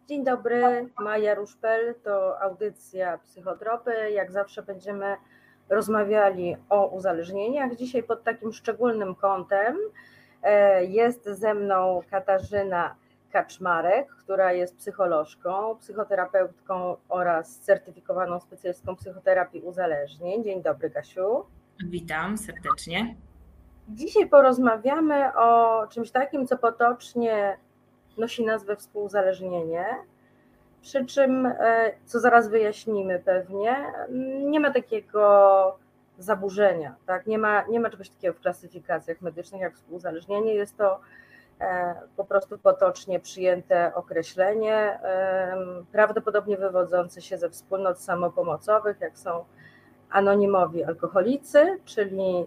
Dzień dobry, Maja Ruszpel, to audycja Psychotropy. Jak zawsze będziemy rozmawiali o uzależnieniach. Dzisiaj pod takim szczególnym kątem jest ze mną Katarzyna Kaczmarek, która jest psycholożką, psychoterapeutką oraz certyfikowaną specjalistką psychoterapii uzależnień. Dzień dobry, Kasiu. Witam serdecznie. Dzisiaj porozmawiamy o czymś takim, co potocznie nosi nazwę współuzależnienie, przy czym, co zaraz wyjaśnimy pewnie, nie ma takiego zaburzenia, tak? Nie ma czegoś takiego w klasyfikacjach medycznych jak współuzależnienie, jest to po prostu potocznie przyjęte określenie, prawdopodobnie wywodzące się ze wspólnot samopomocowych, jak są anonimowi alkoholicy, czyli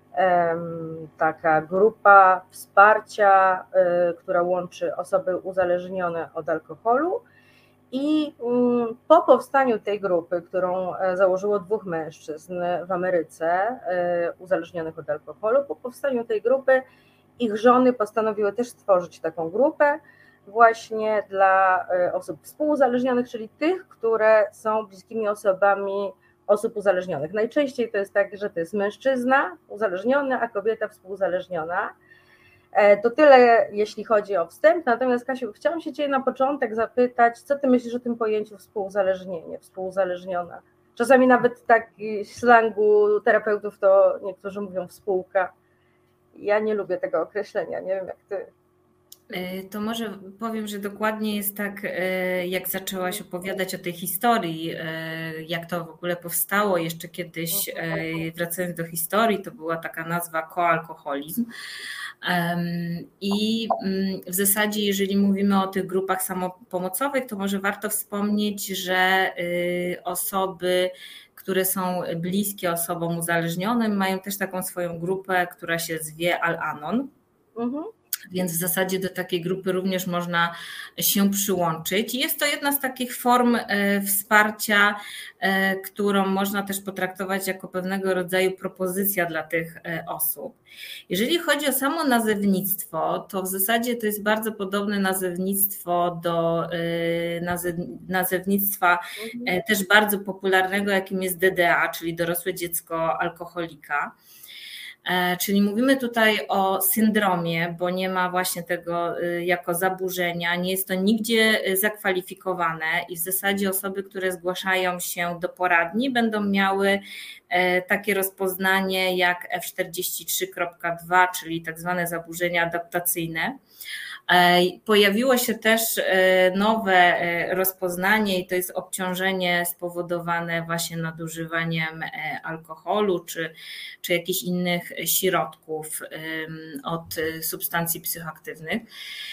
taka grupa wsparcia, która łączy osoby uzależnione od alkoholu. I po powstaniu tej grupy, którą założyło 2 mężczyzn w Ameryce uzależnionych od alkoholu, po powstaniu tej grupy ich żony postanowiły też stworzyć taką grupę właśnie dla osób współuzależnionych, czyli tych, które są bliskimi osobami osób uzależnionych. Najczęściej to jest tak, że to jest mężczyzna uzależniony, a kobieta współuzależniona. To tyle, jeśli chodzi o wstęp. Natomiast, Kasiu, chciałam się Ciebie na początek zapytać, co Ty myślisz o tym pojęciu współuzależnienie, współuzależniona? Czasami nawet tak w slangu terapeutów to niektórzy mówią współka. Ja nie lubię tego określenia, nie wiem jak Ty. To może powiem, że dokładnie jest tak, jak zaczęłaś opowiadać o tej historii, jak to w ogóle powstało. Jeszcze kiedyś, wracając do historii, to była taka nazwa koalkoholizm. I w zasadzie, jeżeli mówimy o tych grupach samopomocowych, to może warto wspomnieć, że osoby, które są bliskie osobom uzależnionym, mają też taką swoją grupę, która się zwie Al-Anon. Więc w zasadzie do takiej grupy również można się przyłączyć. Jest to jedna z takich form wsparcia, którą można też potraktować jako pewnego rodzaju propozycja dla tych osób. Jeżeli chodzi o samo nazewnictwo, to w zasadzie to jest bardzo podobne nazewnictwo do nazewnictwa też bardzo popularnego, jakim jest DDA, czyli dorosłe dziecko alkoholika. Czyli mówimy tutaj o syndromie, bo nie ma właśnie tego jako zaburzenia, nie jest to nigdzie zakwalifikowane i w zasadzie osoby, które zgłaszają się do poradni, będą miały takie rozpoznanie jak F43.2, czyli tak zwane zaburzenia adaptacyjne. Pojawiło się też nowe rozpoznanie i to jest obciążenie spowodowane właśnie nadużywaniem alkoholu czy jakichś innych środków od substancji psychoaktywnych.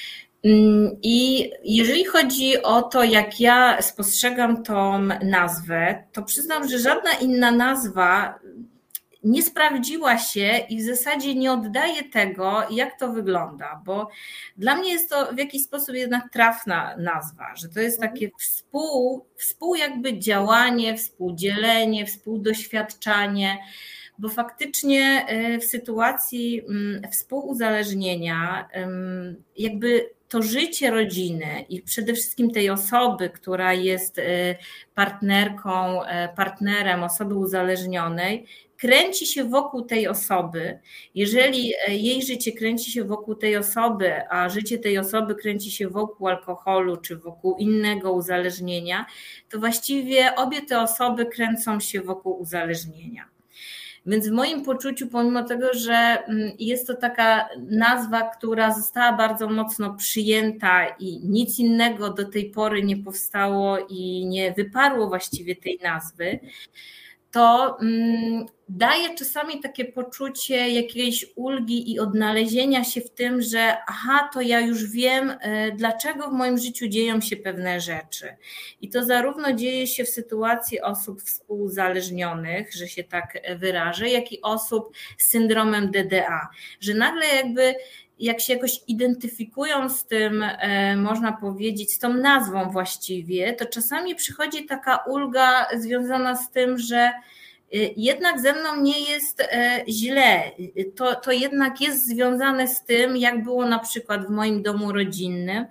I jeżeli chodzi o to, jak ja spostrzegam tą nazwę, to przyznam, że żadna inna nazwa nie sprawdziła się i w zasadzie nie oddaje tego, jak to wygląda, bo dla mnie jest to w jakiś sposób jednak trafna nazwa, że to jest takie współ jakby działanie, współdzielenie, współdoświadczanie, bo faktycznie w sytuacji współuzależnienia jakby to życie rodziny i przede wszystkim tej osoby, która jest partnerką, partnerem osoby uzależnionej, kręci się wokół tej osoby. Jeżeli jej życie kręci się wokół tej osoby, a życie tej osoby kręci się wokół alkoholu czy wokół innego uzależnienia, to właściwie obie te osoby kręcą się wokół uzależnienia. Więc w moim poczuciu, pomimo tego, że jest to taka nazwa, która została bardzo mocno przyjęta i nic innego do tej pory nie powstało i nie wyparło właściwie tej nazwy, to daje czasami takie poczucie jakiejś ulgi i odnalezienia się w tym, że to ja już wiem, dlaczego w moim życiu dzieją się pewne rzeczy. I to zarówno dzieje się w sytuacji osób współuzależnionych, że się tak wyrażę, jak i osób z syndromem DDA, że nagle jakby jak się jakoś identyfikują z tym, można powiedzieć, z tą nazwą właściwie, to czasami przychodzi taka ulga związana z tym, że jednak ze mną nie jest źle. To jednak jest związane z tym, jak było na przykład w moim domu rodzinnym,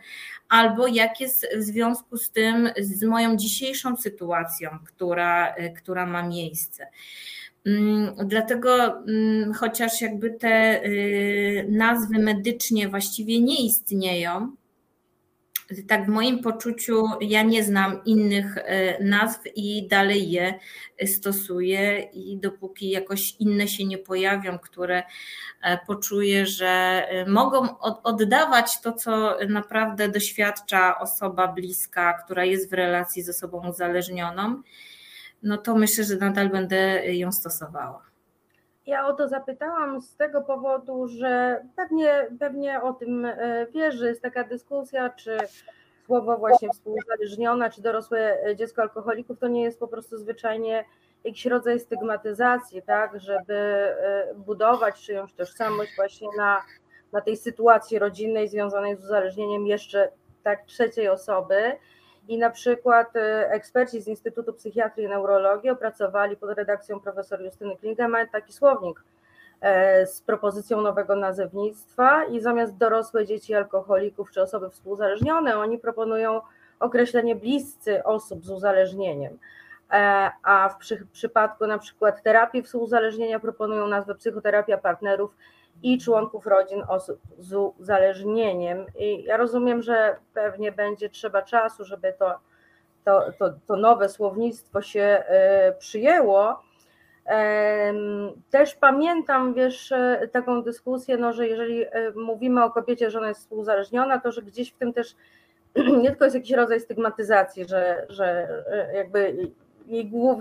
albo jak jest w związku z tym z moją dzisiejszą sytuacją, która ma miejsce. Dlatego chociaż jakby te nazwy medycznie właściwie nie istnieją, tak w moim poczuciu ja nie znam innych nazw i dalej je stosuję i dopóki jakoś inne się nie pojawią, które poczuję, że mogą oddawać to, co naprawdę doświadcza osoba bliska, która jest w relacji z osobą uzależnioną, no to myślę, że nadal będę ją stosowała. Ja o to zapytałam z tego powodu, że pewnie o tym wiesz, że jest taka dyskusja, czy słowo właśnie współuzależniona, czy dorosłe dziecko alkoholików to nie jest po prostu zwyczajnie jakiś rodzaj stygmatyzacji, tak, żeby budować czyjąś tożsamość właśnie na tej sytuacji rodzinnej związanej z uzależnieniem jeszcze tak trzeciej osoby. I na przykład eksperci z Instytutu Psychiatrii i Neurologii opracowali pod redakcją profesor Justyny Klingemann taki słownik z propozycją nowego nazewnictwa i zamiast dorosłe dzieci alkoholików czy osoby współuzależnione, oni proponują określenie bliscy osób z uzależnieniem, a w przypadku na przykład terapii współuzależnienia proponują nazwę psychoterapia partnerów i członków rodzin osób z uzależnieniem. I ja rozumiem, że pewnie będzie trzeba czasu, żeby to nowe słownictwo się przyjęło. Też pamiętam, wiesz, taką dyskusję, no, że jeżeli mówimy o kobiecie, że ona jest współuzależniona, to że gdzieś w tym też nie tylko jest jakiś rodzaj stygmatyzacji, że jakby jej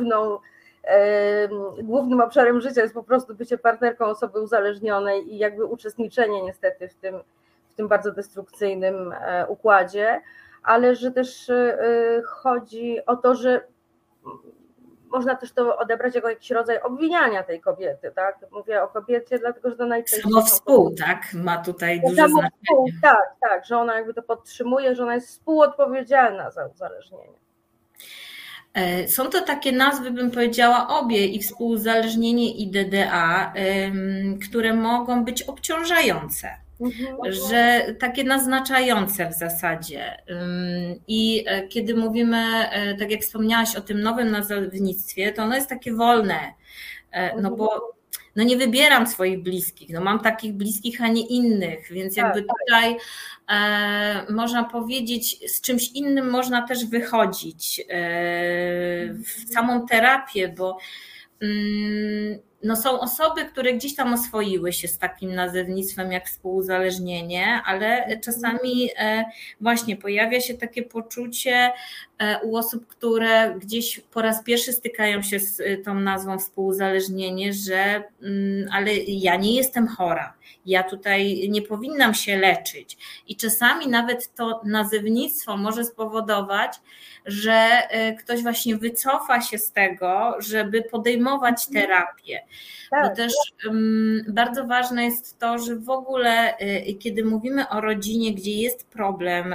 głównym obszarem życia jest po prostu bycie partnerką osoby uzależnionej i jakby uczestniczenie niestety w tym bardzo destrukcyjnym układzie, ale że też chodzi o to, że można też to odebrać jako jakiś rodzaj obwiniania tej kobiety, tak? Mówię o kobiecie, dlatego że to najczęściej... Samowspół, tak? Ma tutaj duże znaczenie. Tak, że ona jakby to podtrzymuje, że ona jest współodpowiedzialna za uzależnienie. Są to takie nazwy, bym powiedziała, obie, i współuzależnienie, i DDA, które mogą być obciążające, że takie naznaczające w zasadzie. I kiedy mówimy, tak jak wspomniałaś o tym nowym nazewnictwie, to ono jest takie wolne, no bo no nie wybieram swoich bliskich, no mam takich bliskich, a nie innych, więc jakby tutaj można powiedzieć, z czymś innym można też wychodzić w samą terapię, bo no są osoby, które gdzieś tam oswoiły się z takim nazewnictwem jak współuzależnienie, ale czasami właśnie pojawia się takie poczucie u osób, które gdzieś po raz pierwszy stykają się z tą nazwą współuzależnienie, że ale ja nie jestem chora, ja tutaj nie powinnam się leczyć. I czasami nawet to nazewnictwo może spowodować, że ktoś właśnie wycofa się z tego, żeby podejmować terapię. Bo też bardzo ważne jest to, że w ogóle kiedy mówimy o rodzinie, gdzie jest problem,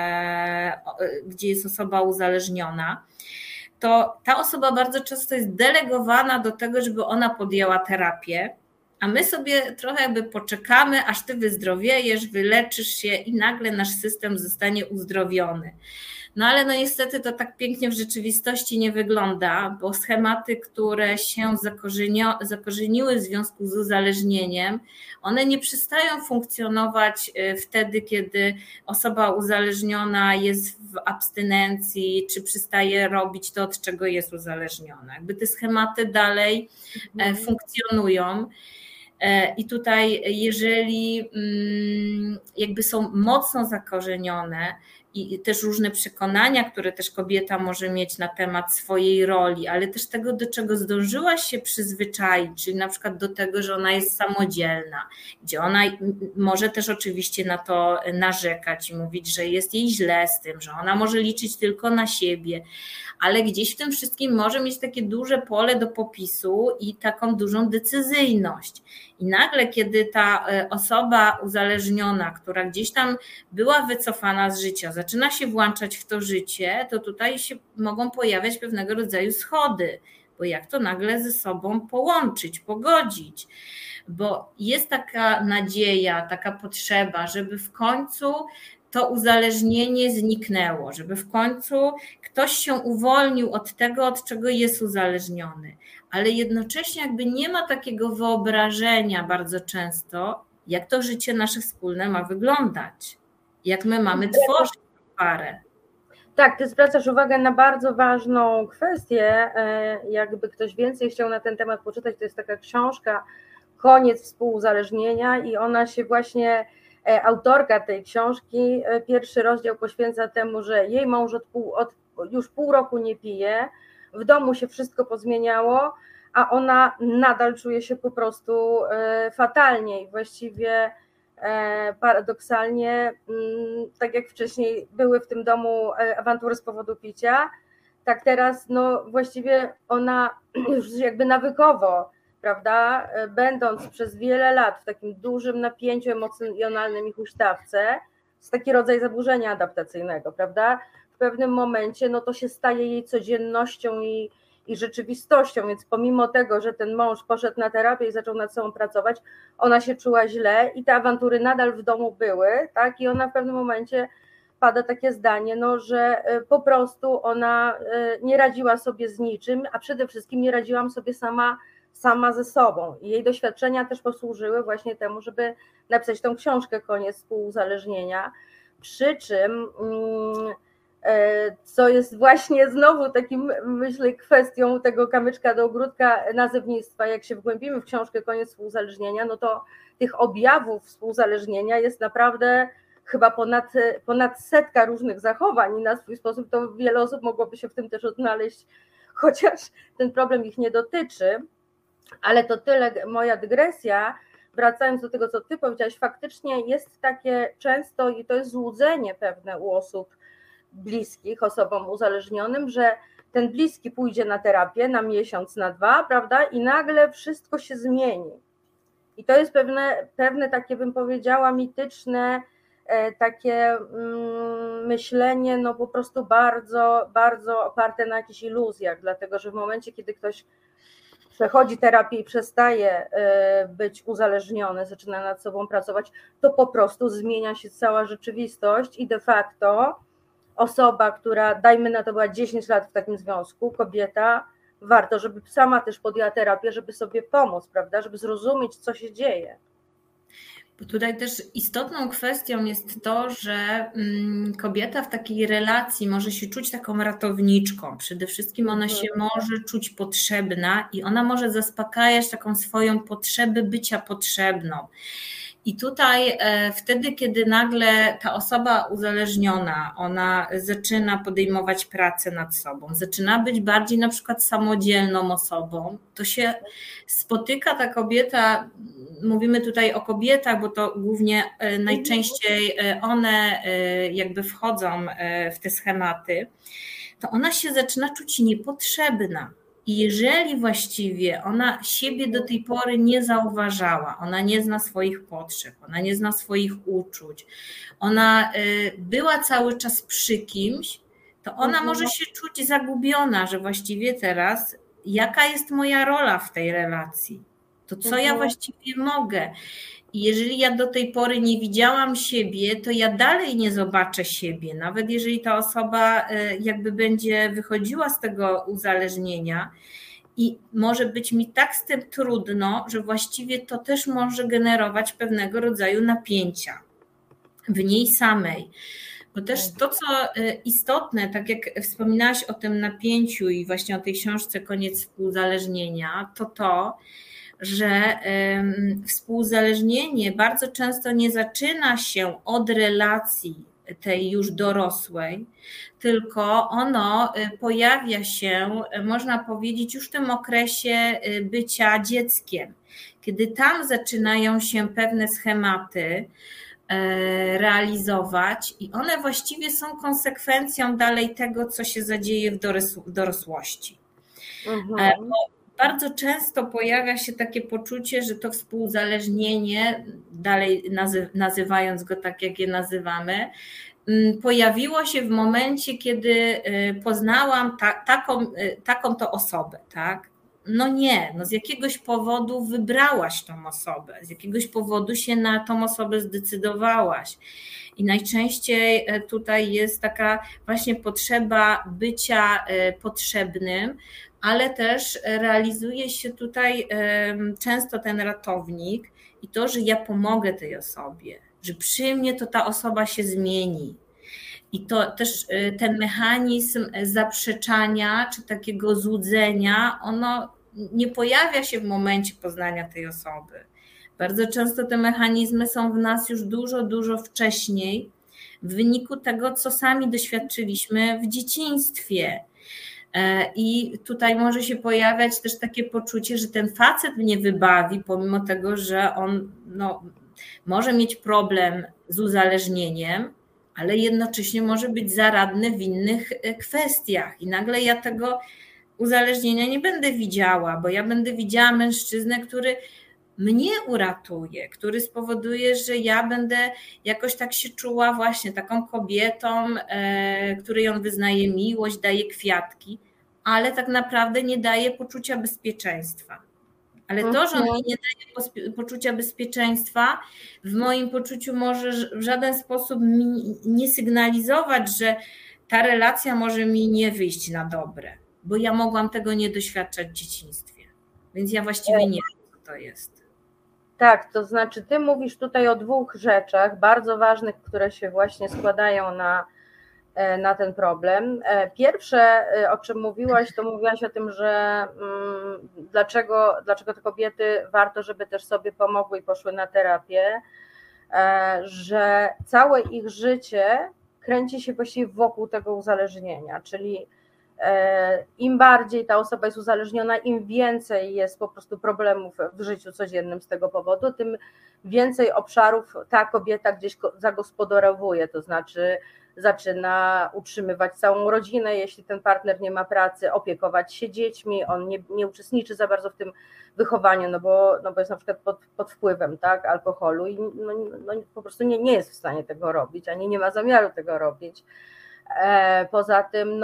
gdzie jest osoba uzależniona, to ta osoba bardzo często jest delegowana do tego, żeby ona podjęła terapię, a my sobie trochę jakby poczekamy, aż ty wyzdrowiejesz, wyleczysz się i nagle nasz system zostanie uzdrowiony. No ale no niestety to tak pięknie w rzeczywistości nie wygląda, bo schematy, które się zakorzeniły w związku z uzależnieniem, one nie przestają funkcjonować wtedy, kiedy osoba uzależniona jest w abstynencji, czy przestaje robić to, od czego jest uzależniona. Jakby te schematy dalej funkcjonują. I tutaj, jeżeli jakby są mocno zakorzenione i też różne przekonania, które też kobieta może mieć na temat swojej roli, ale też tego, do czego zdążyła się przyzwyczaić, czyli na przykład do tego, że ona jest samodzielna, gdzie ona może też oczywiście na to narzekać i mówić, że jest jej źle z tym, że ona może liczyć tylko na siebie, ale gdzieś w tym wszystkim może mieć takie duże pole do popisu i taką dużą decyzyjność. I nagle, kiedy ta osoba uzależniona, która gdzieś tam była wycofana z życia, zaczyna się włączać w to życie, to tutaj się mogą pojawiać pewnego rodzaju schody, bo jak to nagle ze sobą połączyć, pogodzić, bo jest taka nadzieja, taka potrzeba, żeby w końcu to uzależnienie zniknęło, żeby w końcu ktoś się uwolnił od tego, od czego jest uzależniony, ale jednocześnie jakby nie ma takiego wyobrażenia bardzo często, jak to życie nasze wspólne ma wyglądać, jak my mamy tworzyć parę. Tak, ty zwracasz uwagę na bardzo ważną kwestię, jakby ktoś więcej chciał na ten temat poczytać, to jest taka książka Koniec współuzależnienia i ona się właśnie, autorka tej książki, pierwszy rozdział poświęca temu, że jej mąż już pół roku nie pije, w domu się wszystko pozmieniało, a ona nadal czuje się po prostu fatalnie i właściwie paradoksalnie, tak jak wcześniej były w tym domu awantury z powodu picia, tak teraz no właściwie ona już jakby nawykowo, prawda, będąc przez wiele lat w takim dużym napięciu emocjonalnym i huśtawce, jest taki rodzaj zaburzenia adaptacyjnego, prawda, w pewnym momencie no to się staje jej codziennością i rzeczywistością, więc pomimo tego, że ten mąż poszedł na terapię i zaczął nad sobą pracować, ona się czuła źle i te awantury nadal w domu były, tak, i ona w pewnym momencie pada takie zdanie, no, że po prostu ona nie radziła sobie z niczym, a przede wszystkim nie radziłam sobie sama ze sobą i jej doświadczenia też posłużyły właśnie temu, żeby napisać tą książkę Koniec współuzależnienia, przy czym co jest właśnie znowu takim, myślę, kwestią tego kamyczka do ogródka nazewnictwa. Jak się wgłębimy w książkę Koniec współuzależnienia, no to tych objawów współuzależnienia jest naprawdę chyba ponad 100 różnych zachowań i na swój sposób to wiele osób mogłoby się w tym też odnaleźć, chociaż ten problem ich nie dotyczy, ale to tyle moja dygresja. Wracając do tego, co ty powiedziałaś, faktycznie jest takie często i to jest złudzenie pewne u osób bliskich, osobom uzależnionym, że ten bliski pójdzie na terapię na miesiąc, na 2, prawda, i nagle wszystko się zmieni. I to jest pewne takie, bym powiedziała, mityczne takie myślenie, no po prostu bardzo, bardzo oparte na jakichś iluzjach, dlatego że w momencie, kiedy ktoś przechodzi terapię i przestaje być uzależniony, zaczyna nad sobą pracować, to po prostu zmienia się cała rzeczywistość i de facto osoba, która, dajmy na to, była 10 lat w takim związku, kobieta, warto, żeby sama też podjęła terapię, żeby sobie pomóc, prawda, żeby zrozumieć, co się dzieje. Bo tutaj też istotną kwestią jest to, że kobieta w takiej relacji może się czuć taką ratowniczką. Przede wszystkim ona się może czuć potrzebna i ona może zaspokajać taką swoją potrzebę bycia potrzebną. I tutaj wtedy, kiedy nagle ta osoba uzależniona, ona zaczyna podejmować pracę nad sobą, zaczyna być bardziej na przykład samodzielną osobą, to się spotyka ta kobieta, mówimy tutaj o kobietach, bo to głównie najczęściej one jakby wchodzą w te schematy, to ona się zaczyna czuć niepotrzebna. I jeżeli właściwie ona siebie do tej pory nie zauważała, ona nie zna swoich potrzeb, ona nie zna swoich uczuć, ona była cały czas przy kimś, to ona może się czuć zagubiona, że właściwie teraz jaka jest moja rola w tej relacji, to co ja właściwie mogę. I jeżeli ja do tej pory nie widziałam siebie, to ja dalej nie zobaczę siebie, nawet jeżeli ta osoba jakby będzie wychodziła z tego uzależnienia i może być mi tak z tym trudno, że właściwie to też może generować pewnego rodzaju napięcia w niej samej. Bo też to, co istotne, tak jak wspominałaś o tym napięciu i właśnie o tej książce Koniec współuzależnienia, to, że współuzależnienie bardzo często nie zaczyna się od relacji tej już dorosłej, tylko ono pojawia się, można powiedzieć, już w tym okresie bycia dzieckiem, kiedy tam zaczynają się pewne schematy realizować i one właściwie są konsekwencją dalej tego, co się zadzieje w dorosłości. Bardzo często pojawia się takie poczucie, że to współuzależnienie, dalej nazywając go tak, jak je nazywamy, pojawiło się w momencie, kiedy poznałam taką to osobę, tak? no nie, no z jakiegoś powodu wybrałaś tą osobę, z jakiegoś powodu się na tą osobę zdecydowałaś. I najczęściej tutaj jest taka właśnie potrzeba bycia potrzebnym, ale też realizuje się tutaj często ten ratownik i to, że ja pomogę tej osobie, że przy mnie to ta osoba się zmieni. I to też ten mechanizm zaprzeczania czy takiego złudzenia, ono nie pojawia się w momencie poznania tej osoby. Bardzo często te mechanizmy są w nas już dużo, dużo wcześniej, w wyniku tego, co sami doświadczyliśmy w dzieciństwie. I tutaj może się pojawiać też takie poczucie, że ten facet mnie wybawi, pomimo tego, że on może mieć problem z uzależnieniem, ale jednocześnie może być zaradny w innych kwestiach. I nagle ja tego uzależnienia nie będę widziała, bo ja będę widziała mężczyznę, który mnie uratuje, który spowoduje, że ja będę jakoś tak się czuła właśnie taką kobietą, której on wyznaje miłość, daje kwiatki, ale tak naprawdę nie daje poczucia bezpieczeństwa. Ale to, że on mi nie daje poczucia bezpieczeństwa, w moim poczuciu może w żaden sposób mi nie sygnalizować, że ta relacja może mi nie wyjść na dobre, bo ja mogłam tego nie doświadczać w dzieciństwie. Więc ja właściwie nie wiem, co to jest. Tak, to znaczy ty mówisz tutaj o dwóch rzeczach bardzo ważnych, które się właśnie składają na ten problem. Pierwsze, o czym mówiłaś, to mówiłaś o tym, że dlaczego te kobiety warto, żeby też sobie pomogły i poszły na terapię, że całe ich życie kręci się właściwie wokół tego uzależnienia, czyli im bardziej ta osoba jest uzależniona, im więcej jest po prostu problemów w życiu codziennym z tego powodu, tym więcej obszarów ta kobieta gdzieś zagospodarowuje, to znaczy zaczyna utrzymywać całą rodzinę, jeśli ten partner nie ma pracy, opiekować się dziećmi, on nie uczestniczy za bardzo w tym wychowaniu, no bo jest na przykład pod wpływem, tak, alkoholu i po prostu nie jest w stanie tego robić, ani nie ma zamiaru tego robić. Poza tym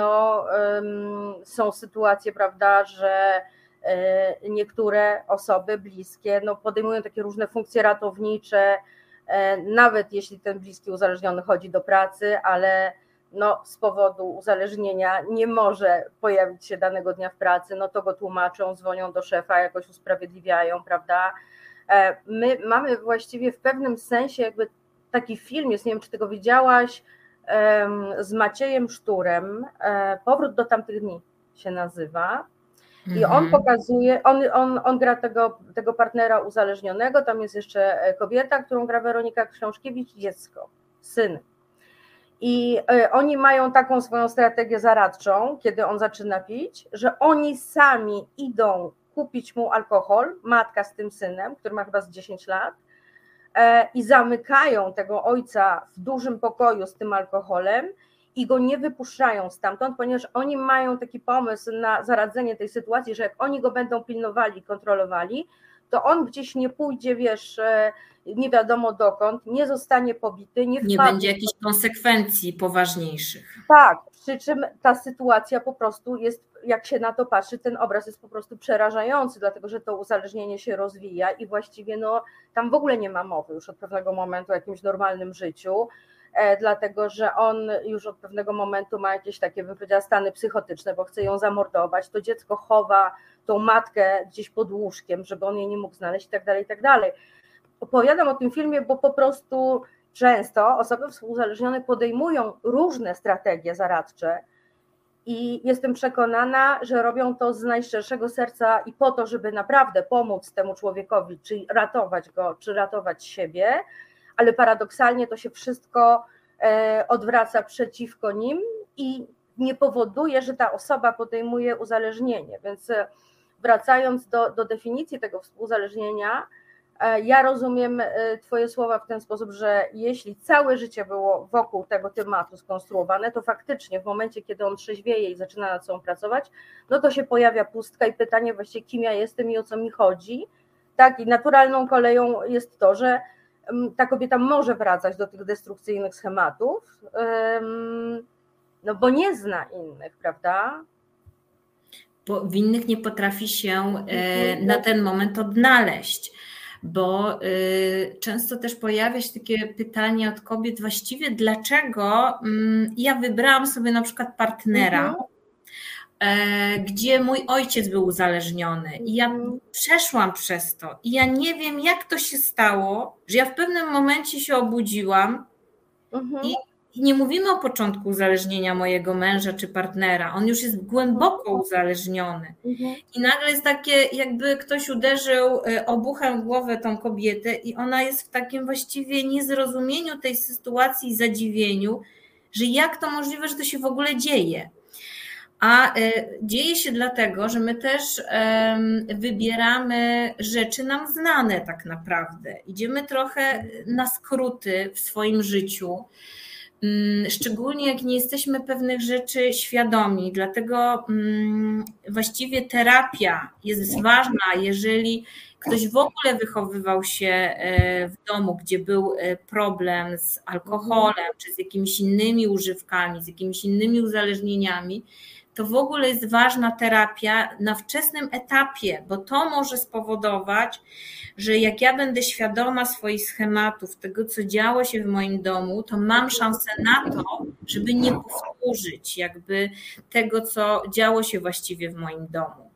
są sytuacje, prawda, że niektóre osoby bliskie podejmują takie różne funkcje ratownicze, nawet jeśli ten bliski uzależniony chodzi do pracy, ale z powodu uzależnienia nie może pojawić się danego dnia w pracy, to go tłumaczą, dzwonią do szefa, jakoś usprawiedliwiają, prawda. My mamy właściwie w pewnym sensie jakby taki film jest, nie wiem, czy tego widziałaś, z Maciejem Szturem, Powrót do tamtych dni się nazywa. I on pokazuje, on gra tego partnera uzależnionego, tam jest jeszcze kobieta, którą gra Weronika Książkiewicz, dziecko, syn. I oni mają taką swoją strategię zaradczą, kiedy on zaczyna pić, że oni sami idą kupić mu alkohol, matka z tym synem, który ma chyba z 10 lat, i zamykają tego ojca w dużym pokoju z tym alkoholem i go nie wypuszczają stamtąd, ponieważ oni mają taki pomysł na zaradzenie tej sytuacji, że jak oni go będą pilnowali, kontrolowali, to on gdzieś nie pójdzie, wiesz, nie wiadomo dokąd, nie zostanie pobity, nie będzie jakichś konsekwencji poważniejszych. Tak, przy czym ta sytuacja po prostu jest, jak się na to patrzy, ten obraz jest po prostu przerażający, dlatego że to uzależnienie się rozwija i właściwie tam w ogóle nie ma mowy już od pewnego momentu o jakimś normalnym życiu, dlatego że on już od pewnego momentu ma jakieś takie, bym powiedziała, stany psychotyczne, bo chce ją zamordować, to dziecko chowa tą matkę gdzieś pod łóżkiem, żeby on jej nie mógł znaleźć i tak dalej, i tak dalej. Opowiadam o tym filmie, bo po prostu często osoby współuzależnione podejmują różne strategie zaradcze i jestem przekonana, że robią to z najszczerszego serca i po to, żeby naprawdę pomóc temu człowiekowi, czy ratować go, czy ratować siebie, ale paradoksalnie to się wszystko odwraca przeciwko nim i nie powoduje, że ta osoba podejmuje uzależnienie. Więc wracając do definicji tego współuzależnienia, ja rozumiem twoje słowa w ten sposób, że jeśli całe życie było wokół tego tematu skonstruowane, to faktycznie w momencie, kiedy on trzeźwieje i zaczyna nad sobą pracować, to się pojawia pustka i pytanie właściwie, kim ja jestem i o co mi chodzi. Tak, i naturalną koleją jest to, że ta kobieta może wracać do tych destrukcyjnych schematów, bo nie zna innych, prawda? w innych nie potrafi się na ten moment odnaleźć. Bo często też pojawia się takie pytanie od kobiet, właściwie dlaczego ja wybrałam sobie na przykład partnera, gdzie mój ojciec był uzależniony i ja przeszłam przez to i ja nie wiem, jak to się stało, że ja w pewnym momencie się obudziłam i nie mówimy o początku uzależnienia mojego męża czy partnera, on już jest głęboko uzależniony i nagle jest takie, jakby ktoś uderzył obuchem w głowę tą kobietę i ona jest w takim właściwie niezrozumieniu tej sytuacji i zadziwieniu, że jak to możliwe, że to się w ogóle dzieje. A dzieje się dlatego, że my też wybieramy rzeczy nam znane tak naprawdę. Idziemy trochę na skróty w swoim życiu, szczególnie jak nie jesteśmy pewnych rzeczy świadomi. Dlatego właściwie terapia jest ważna, jeżeli ktoś w ogóle wychowywał się w domu, gdzie był problem z alkoholem, czy z jakimiś innymi używkami, z jakimiś innymi uzależnieniami, to w ogóle jest ważna terapia na wczesnym etapie, bo to może spowodować, że jak ja będę świadoma swoich schematów, tego co działo się w moim domu, to mam szansę na to, żeby nie powtórzyć jakby tego, co działo się właściwie w moim domu.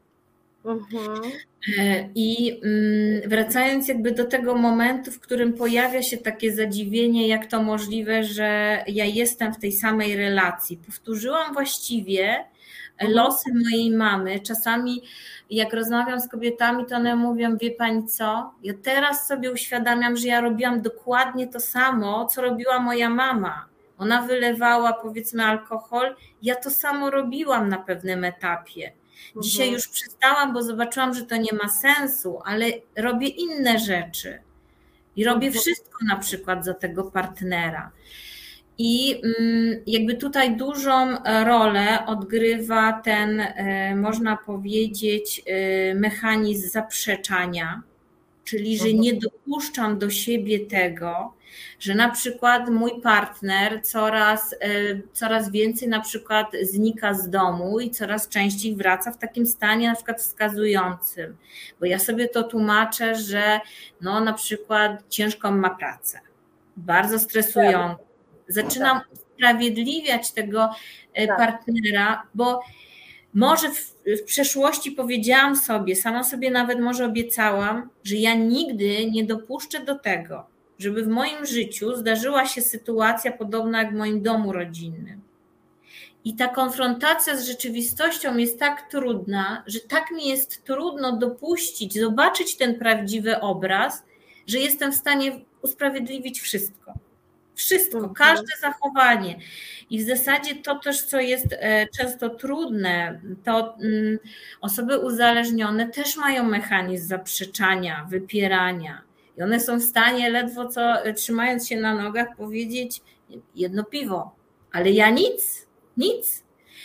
I wracając jakby do tego momentu, w którym pojawia się takie zadziwienie, jak to możliwe, że ja jestem w tej samej relacji. Powtórzyłam właściwie losy mojej mamy. Czasami jak rozmawiam z kobietami, to one mówią, wie pani co, ja teraz sobie uświadamiam, że ja robiłam dokładnie to samo, co robiła moja mama. Ona wylewała powiedzmy alkohol, ja to samo robiłam na pewnym etapie. Dzisiaj już przestałam, bo zobaczyłam, że to nie ma sensu, ale robię inne rzeczy i robię wszystko na przykład za tego partnera. I jakby tutaj dużą rolę odgrywa ten, można powiedzieć, mechanizm zaprzeczania, czyli że nie dopuszczam do siebie tego, że na przykład mój partner coraz więcej na przykład znika z domu i coraz częściej wraca w takim stanie na przykład wskazującym, bo ja sobie to tłumaczę, że no na przykład ciężką ma pracę, bardzo stresującą. Zaczynam usprawiedliwiać tego partnera, bo może w przeszłości powiedziałam sobie, sama sobie nawet może obiecałam, że ja nigdy nie dopuszczę do tego, żeby w moim życiu zdarzyła się sytuacja podobna jak w moim domu rodzinnym. I ta konfrontacja z rzeczywistością jest tak trudna, że tak mi jest trudno dopuścić, zobaczyć ten prawdziwy obraz, że jestem w stanie usprawiedliwić wszystko. Wszystko, każde zachowanie. I w zasadzie to też, co jest często trudne, to osoby uzależnione też mają mechanizm zaprzeczania, wypierania. I one są w stanie ledwo co, trzymając się na nogach, powiedzieć jedno piwo, ale ja nic.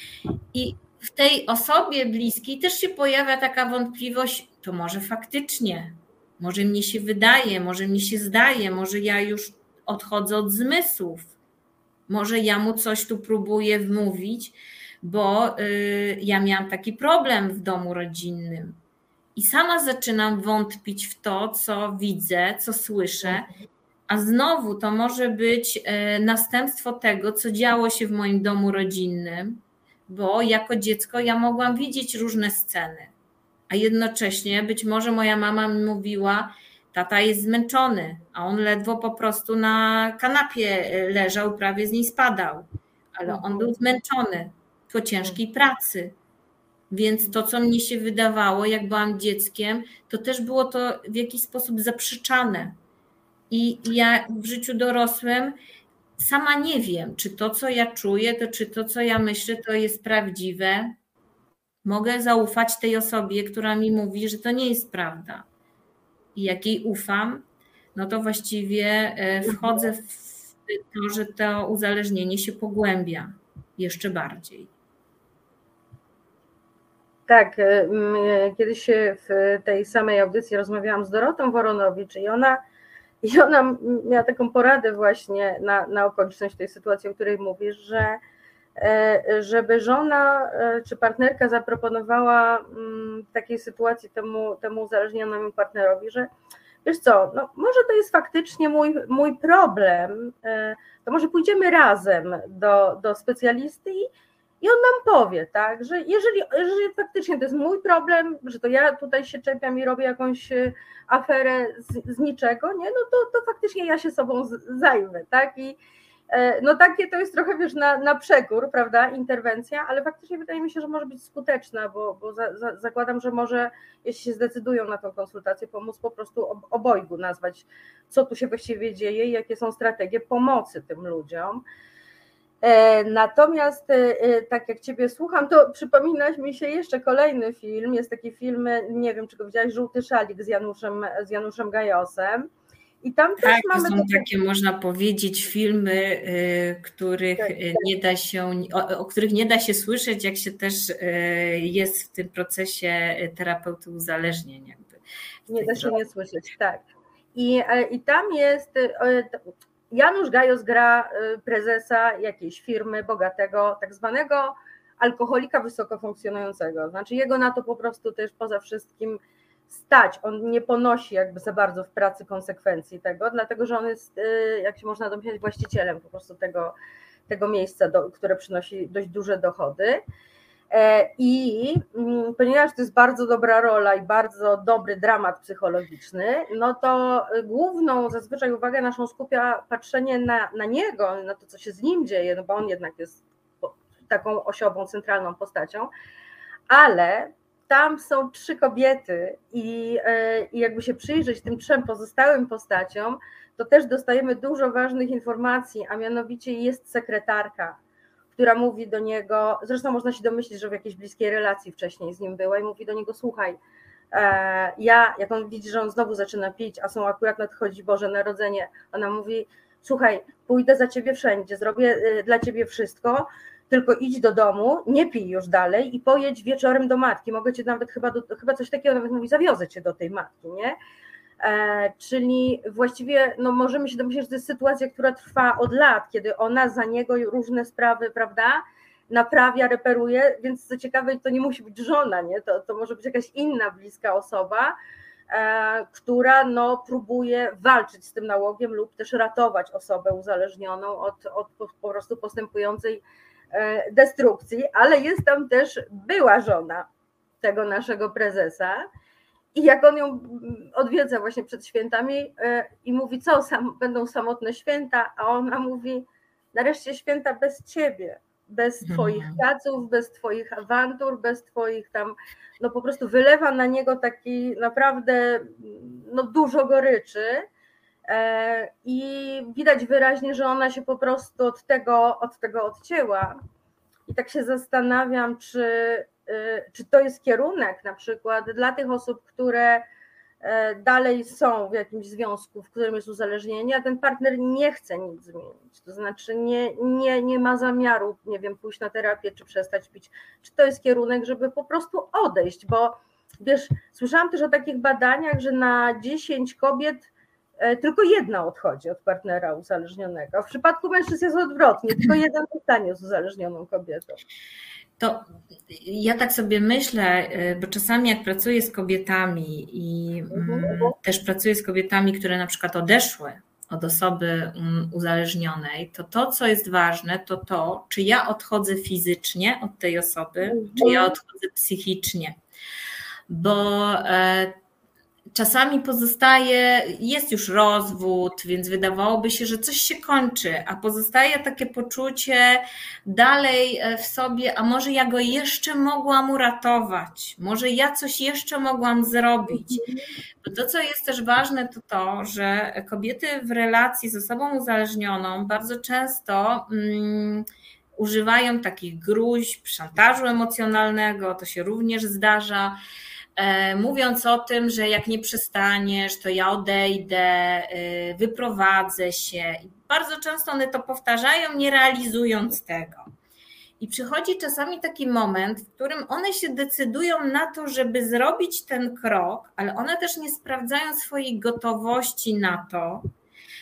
I w tej osobie bliskiej też się pojawia taka wątpliwość, to może faktycznie, może mnie się wydaje, może mi się zdaje, może ja już odchodzę od zmysłów, może ja mu coś tu próbuję wmówić, bo ja miałam taki problem w domu rodzinnym. I sama zaczynam wątpić w to, co widzę, co słyszę, a znowu to może być następstwo tego, co działo się w moim domu rodzinnym, bo jako dziecko ja mogłam widzieć różne sceny, a jednocześnie być może moja mama mi mówiła, tata jest zmęczony, a on ledwo po prostu na kanapie leżał, prawie z niej spadał, ale on był zmęczony po ciężkiej pracy. Więc to, co mnie się wydawało, jak byłam dzieckiem, to też było to w jakiś sposób zaprzeczane. I ja w życiu dorosłym sama nie wiem, czy to, co ja czuję, czy to, co ja myślę, to jest prawdziwe. Mogę zaufać tej osobie, która mi mówi, że to nie jest prawda. I jak jej ufam, no to właściwie wchodzę w to, że to uzależnienie się pogłębia jeszcze bardziej. Tak, kiedyś w tej samej audycji rozmawiałam z Dorotą Woronowicz i ona miała taką poradę właśnie na okoliczność tej sytuacji, o której mówisz, że żeby żona czy partnerka zaproponowała w takiej sytuacji temu uzależnionemu partnerowi, że wiesz co, no może to jest faktycznie mój problem, to może pójdziemy razem do specjalisty i on nam powie, tak, że jeżeli faktycznie to jest mój problem, że to ja tutaj się czepiam i robię jakąś aferę z niczego, nie, no to faktycznie ja się sobą zajmę, tak, i no takie to jest trochę, wiesz, na przekór, prawda, interwencja, ale faktycznie wydaje mi się, że może być skuteczna, bo zakładam, że może, jeśli się zdecydują na tą konsultację, pomóc po prostu obojgu nazwać, co tu się właściwie dzieje i jakie są strategie pomocy tym ludziom. Natomiast tak jak Ciebie słucham, to przypominaś mi się jeszcze kolejny film, jest taki film, nie wiem, czy go widziałaś, Żółty szalik z Januszem Gajosem. I tam tak, też mamy to są takie, można powiedzieć, filmy, o których nie da się słyszeć, jak się też jest w tym procesie terapeuty uzależnień. Jakby nie da się nie słyszeć, tak. I tam jest, Janusz Gajos gra prezesa jakiejś firmy bogatego, tak zwanego alkoholika wysoko funkcjonującego. Znaczy jego na to po prostu też poza wszystkim stać. On nie ponosi jakby za bardzo w pracy konsekwencji tego, dlatego że on jest, jak się można domyśleć, właścicielem po prostu tego miejsca, które przynosi dość duże dochody. I ponieważ to jest bardzo dobra rola i bardzo dobry dramat psychologiczny, no to główną zazwyczaj uwagę naszą skupia patrzenie na niego, na to, co się z nim dzieje, no bo on jednak jest taką osiową, centralną postacią, ale tam są 3 kobiety i jakby się przyjrzeć tym 3 pozostałym postaciom, to też dostajemy dużo ważnych informacji, a mianowicie jest sekretarka, która mówi do niego, zresztą można się domyślić, że w jakiejś bliskiej relacji wcześniej z nim była i mówi do niego, słuchaj, jak on widzi, że on znowu zaczyna pić, a są akurat nadchodzi Boże Narodzenie, ona mówi, słuchaj, pójdę za ciebie wszędzie, zrobię dla ciebie wszystko, tylko idź do domu, nie pij już dalej i pojedź wieczorem do matki, mogę cię nawet chyba coś takiego, nawet mówi, zawiozę cię do tej matki, nie? Czyli właściwie no możemy się domyśleć, że to jest sytuacja, która trwa od lat, kiedy ona za niego różne sprawy, prawda, naprawia, reperuje, więc co ciekawe, to nie musi być żona, nie? To może być jakaś inna bliska osoba, która no próbuje walczyć z tym nałogiem lub też ratować osobę uzależnioną od po prostu postępującej destrukcji, ale jest tam też była żona tego naszego prezesa i jak on ją odwiedza właśnie przed świętami i mówi, co, będą samotne święta, a ona mówi, nareszcie święta bez ciebie, bez twoich kaców, bez twoich awantur, bez twoich tam, no po prostu wylewa na niego taki naprawdę no dużo goryczy i widać wyraźnie, że ona się po prostu od tego odcięła. I tak się zastanawiam, czy to jest kierunek na przykład dla tych osób, które dalej są w jakimś związku, w którym jest uzależnienie, a ten partner nie chce nic zmienić, to znaczy nie ma zamiaru, nie wiem, pójść na terapię czy przestać pić. Czy to jest kierunek, żeby po prostu odejść, bo wiesz, słyszałam też o takich badaniach, że na 10 kobiet tylko 1 odchodzi od partnera uzależnionego. W przypadku mężczyzn jest odwrotnie, tylko 1 zostanie z uzależnioną kobietą. To ja tak sobie myślę, bo czasami jak pracuję z kobietami i też pracuję z kobietami, które na przykład odeszły od osoby uzależnionej, to co jest ważne, to czy ja odchodzę fizycznie od tej osoby, czy ja odchodzę psychicznie. Bo czasami jest już rozwód, więc wydawałoby się, że coś się kończy, a pozostaje takie poczucie dalej w sobie, a może ja go jeszcze mogłam uratować, może ja coś jeszcze mogłam zrobić. Bo to, co jest też ważne, to, że kobiety w relacji z osobą uzależnioną bardzo często używają takich gruźb, szantażu emocjonalnego, to się również zdarza, mówiąc o tym, że jak nie przestaniesz, to ja odejdę, wyprowadzę się. I bardzo często one to powtarzają, nie realizując tego. I przychodzi czasami taki moment, w którym one się decydują na to, żeby zrobić ten krok, ale one też nie sprawdzają swojej gotowości na to,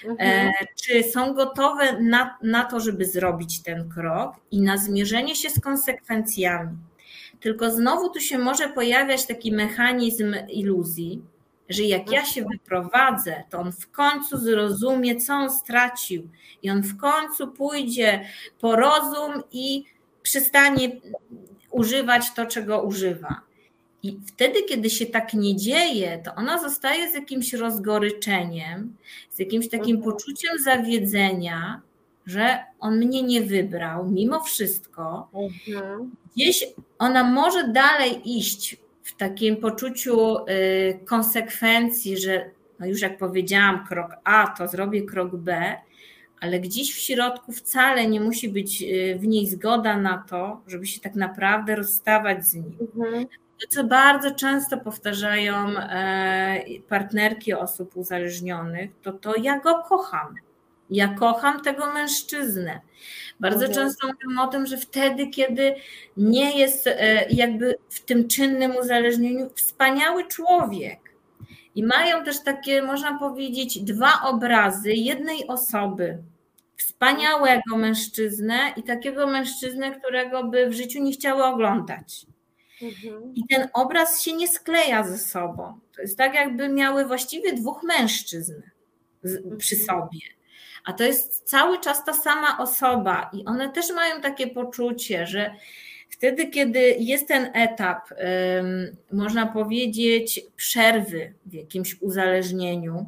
czy są gotowe na to, żeby zrobić ten krok i na zmierzenie się z konsekwencjami. Tylko znowu tu się może pojawiać taki mechanizm iluzji, że jak ja się wyprowadzę, to on w końcu zrozumie, co on stracił i on w końcu pójdzie po rozum i przestanie używać to, czego używa. I wtedy, kiedy się tak nie dzieje, to ona zostaje z jakimś rozgoryczeniem, z jakimś takim poczuciem zawiedzenia, że on mnie nie wybrał, mimo wszystko. Gdzieś ona może dalej iść w takim poczuciu konsekwencji, że no już jak powiedziałam krok A, to zrobię krok B, ale gdzieś w środku wcale nie musi być w niej zgoda na to, żeby się tak naprawdę rozstawać z nim. To, co bardzo często powtarzają partnerki osób uzależnionych, to ja go kocham. Ja kocham tego mężczyznę. Bardzo często mówią o tym, że wtedy, kiedy nie jest jakby w tym czynnym uzależnieniu, wspaniały człowiek. I mają też takie, można powiedzieć, dwa obrazy jednej osoby. Wspaniałego mężczyznę i takiego mężczyznę, którego by w życiu nie chciały oglądać. I ten obraz się nie skleja ze sobą. To jest tak, jakby miały właściwie dwóch mężczyzn przy sobie. A to jest cały czas ta sama osoba i one też mają takie poczucie, że wtedy, kiedy jest ten etap, można powiedzieć, przerwy w jakimś uzależnieniu,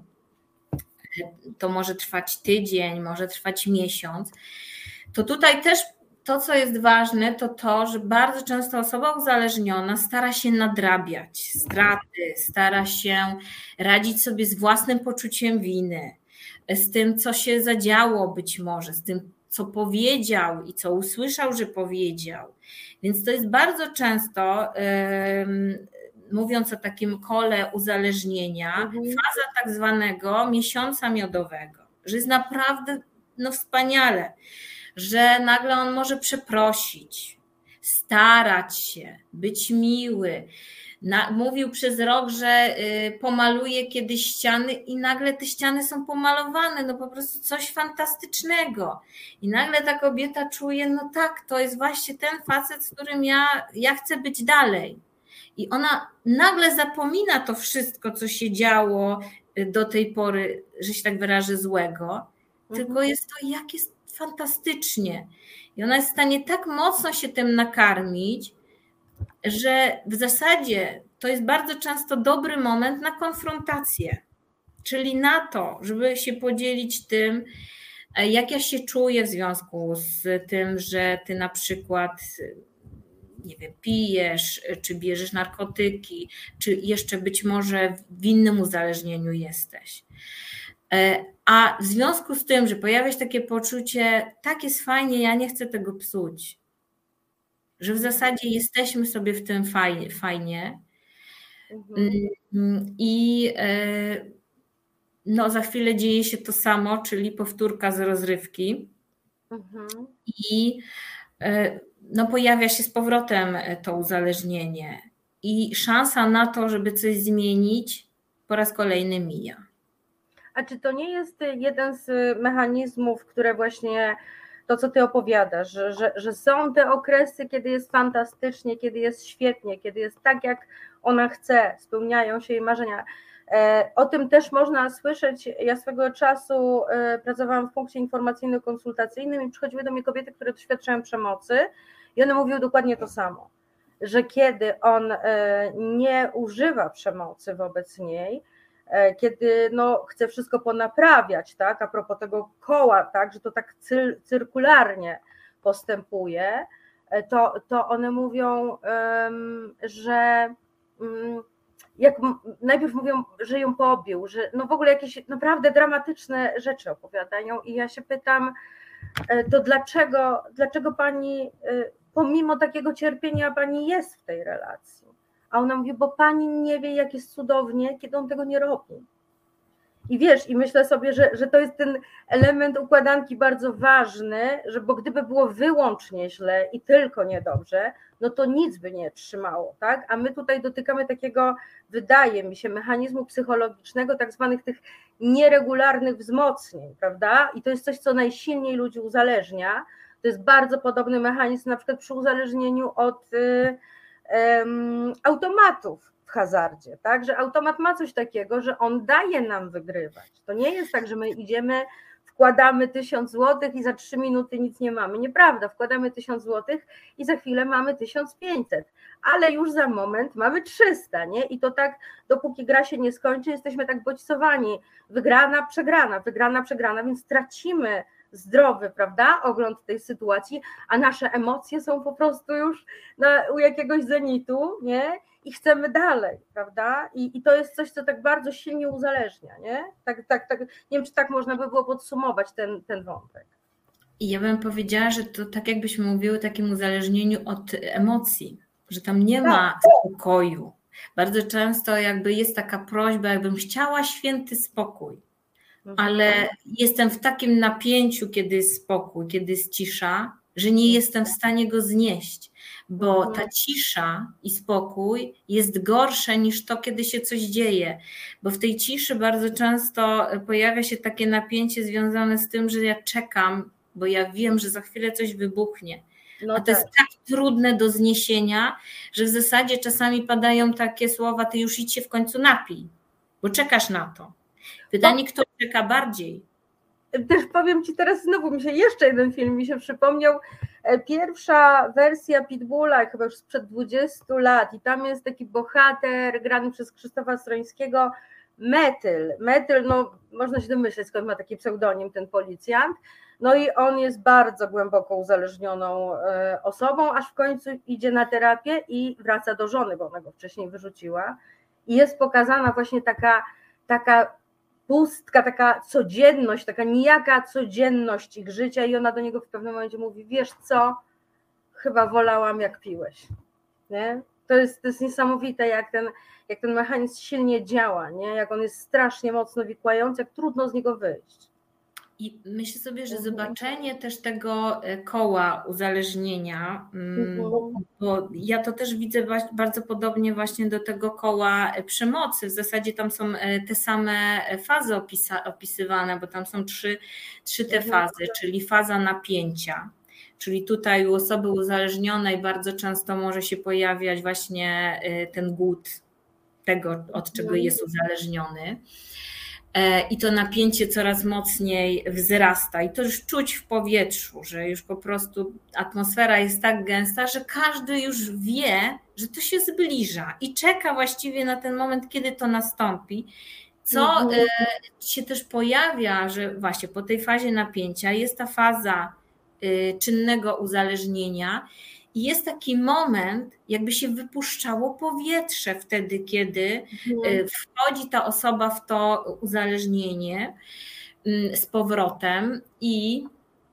to może trwać tydzień, może trwać miesiąc, to tutaj też to, co jest ważne, to, że bardzo często osoba uzależniona stara się nadrabiać straty, stara się radzić sobie z własnym poczuciem winy, z tym, co się zadziało być może, z tym, co powiedział i co usłyszał, że powiedział. Więc to jest bardzo często, mówiąc o takim kole uzależnienia, faza tak zwanego miesiąca miodowego, że jest naprawdę wspaniale, że nagle on może przeprosić, starać się, być miły. Mówił przez rok, że pomaluje kiedyś ściany i nagle te ściany są pomalowane, no po prostu coś fantastycznego. I nagle ta kobieta czuje, no tak, to jest właśnie ten facet, z którym ja chcę być dalej. I ona nagle zapomina to wszystko, co się działo do tej pory, że się tak wyrażę, złego, tylko jest to, jak jest fantastycznie. I ona jest w stanie tak mocno się tym nakarmić, że w zasadzie to jest bardzo często dobry moment na konfrontację, czyli na to, żeby się podzielić tym, jak ja się czuję w związku z tym, że ty na przykład, nie wiem, pijesz, czy bierzesz narkotyki, czy jeszcze być może w innym uzależnieniu jesteś. A w związku z tym, że pojawia się takie poczucie, tak jest fajnie, ja nie chcę tego psuć, że w zasadzie jesteśmy sobie w tym fajnie i za chwilę dzieje się to samo, czyli powtórka z rozrywki i pojawia się z powrotem to uzależnienie i szansa na to, żeby coś zmienić, po raz kolejny mija. A czy to nie jest jeden z mechanizmów, które właśnie to, co ty opowiadasz, że są te okresy, kiedy jest fantastycznie, kiedy jest świetnie, kiedy jest tak, jak ona chce, spełniają się jej marzenia. O tym też można słyszeć. Ja swego czasu pracowałam w punkcie informacyjno-konsultacyjnym i przychodziły do mnie kobiety, które doświadczają przemocy i one mówiły dokładnie to samo, że kiedy on nie używa przemocy wobec niej, kiedy chce wszystko ponaprawiać, tak, a propos tego koła, tak, że to tak cyrkularnie postępuje, to one mówią, że jak najpierw mówią, że ją pobił, że w ogóle jakieś naprawdę dramatyczne rzeczy opowiadają i ja się pytam, to dlaczego pani pomimo takiego cierpienia pani jest w tej relacji? A ona mówi, bo pani nie wie, jak jest cudownie, kiedy on tego nie robi. I wiesz, i myślę sobie, że to jest ten element układanki bardzo ważny, bo gdyby było wyłącznie źle i tylko niedobrze, no to nic by nie trzymało, tak? A my tutaj dotykamy takiego, wydaje mi się, mechanizmu psychologicznego, tak zwanych tych nieregularnych wzmocnień, prawda? I to jest coś, co najsilniej ludzi uzależnia. To jest bardzo podobny mechanizm na przykład przy uzależnieniu od automatów w hazardzie, tak? Że automat ma coś takiego, że on daje nam wygrywać. To nie jest tak, że my idziemy, wkładamy 1000 złotych i za 3 minuty nic nie mamy. Nieprawda, wkładamy 1000 złotych i za chwilę mamy 1500, ale już za moment mamy 300, nie? I to tak, dopóki gra się nie skończy, jesteśmy tak bodźcowani. Wygrana, przegrana, więc tracimy zdrowy, prawda, ogląd tej sytuacji, a nasze emocje są po prostu już u jakiegoś zenitu, nie? I chcemy dalej, prawda? I to jest coś, co tak bardzo silnie uzależnia, nie? Tak, nie wiem, czy tak można by było podsumować ten wątek. I ja bym powiedziała, że to tak jakbyśmy mówiły o takim uzależnieniu od emocji, że tam nie ma spokoju. Bardzo często jakby jest taka prośba, jakbym chciała święty spokój, ale jestem w takim napięciu, kiedy jest spokój, kiedy jest cisza, że nie jestem w stanie go znieść, bo ta cisza i spokój jest gorsze niż to, kiedy się coś dzieje, bo w tej ciszy bardzo często pojawia się takie napięcie związane z tym, że ja czekam, bo ja wiem, że za chwilę coś wybuchnie. A to jest tak trudne do zniesienia, że w zasadzie czasami padają takie słowa, ty już idź się w końcu napij, bo czekasz na to. Pytanie, kto czeka bardziej? Też powiem Ci teraz, znowu mi się jeszcze jeden film mi się przypomniał, pierwsza wersja Pitbulla, chyba już sprzed 20 lat i tam jest taki bohater grany przez Krzysztofa Strońskiego, Metyl, no można się domyśleć, skąd ma taki pseudonim ten policjant, no i on jest bardzo głęboko uzależnioną osobą, aż w końcu idzie na terapię i wraca do żony, bo ona go wcześniej wyrzuciła i jest pokazana właśnie taka pustka, taka codzienność, taka nijaka codzienność ich życia i ona do niego w pewnym momencie mówi, wiesz co, chyba wolałam jak piłeś, nie? To jest niesamowite, jak ten mechanizm silnie działa, nie? Jak on jest strasznie mocno wikłający, jak trudno z niego wyjść. I myślę sobie, że zobaczenie też tego koła uzależnienia, bo ja to też widzę bardzo podobnie właśnie do tego koła przemocy. W zasadzie tam są te same fazy opisywane, bo tam są trzy te fazy, czyli faza napięcia. Czyli tutaj u osoby uzależnionej bardzo często może się pojawiać właśnie ten głód tego, od czego jest uzależniony. I to napięcie coraz mocniej wzrasta i to już czuć w powietrzu, że już po prostu atmosfera jest tak gęsta, że każdy już wie, że to się zbliża i czeka właściwie na ten moment, kiedy to nastąpi, co się też pojawia, że właśnie po tej fazie napięcia jest ta faza czynnego uzależnienia i jest taki moment, jakby się wypuszczało powietrze wtedy, kiedy wchodzi ta osoba w to uzależnienie z powrotem i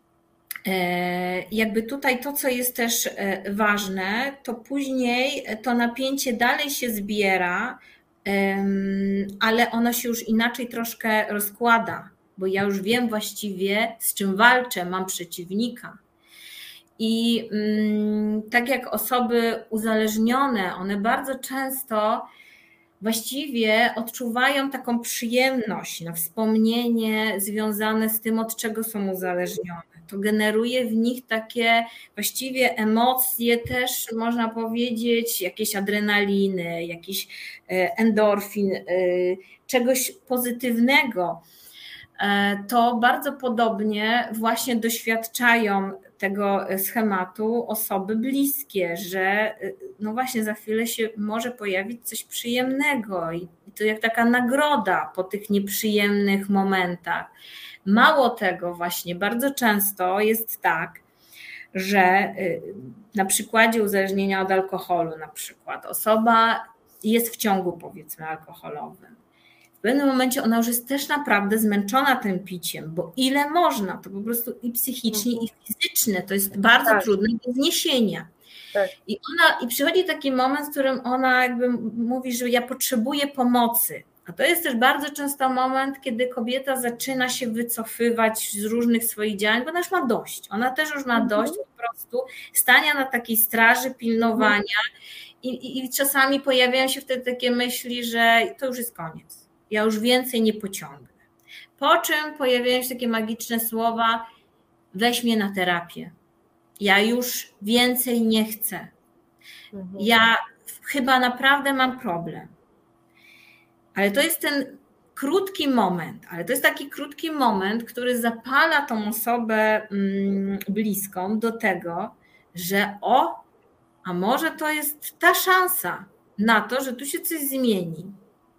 jakby tutaj to, co jest też ważne, to później to napięcie dalej się zbiera, ale ono się już inaczej troszkę rozkłada, bo ja już wiem właściwie, z czym walczę, mam przeciwnika. I tak jak osoby uzależnione, one bardzo często właściwie odczuwają taką przyjemność na wspomnienie związane z tym, od czego są uzależnione. To generuje w nich takie właściwie emocje też, można powiedzieć, jakieś adrenaliny, jakiś endorfin, czegoś pozytywnego. To bardzo podobnie właśnie doświadczają tego schematu osoby bliskie, że no właśnie za chwilę się może pojawić coś przyjemnego i to jak taka nagroda po tych nieprzyjemnych momentach. Mało tego właśnie, bardzo często jest tak, że na przykładzie uzależnienia od alkoholu na przykład osoba jest w ciągu powiedzmy alkoholowym. W pewnym momencie ona już jest też naprawdę zmęczona tym piciem, bo ile można, to po prostu i psychicznie, i fizycznie, to jest bardzo trudne do zniesienia. I przychodzi taki moment, w którym ona jakby mówi, że ja potrzebuję pomocy. A to jest też bardzo często moment, kiedy kobieta zaczyna się wycofywać z różnych swoich działań, bo ona już ma dość. Ona też już ma dość po prostu stania na takiej straży, pilnowania i czasami pojawiają się wtedy takie myśli, że to już jest koniec. Ja już więcej nie pociągnę. Po czym pojawiają się takie magiczne słowa: weź mnie na terapię. Ja już więcej nie chcę. Ja chyba naprawdę mam problem. Ale to jest ten krótki moment, ale to jest taki krótki moment, który zapala tą osobę bliską do tego, że a może to jest ta szansa na to, że tu się coś zmieni.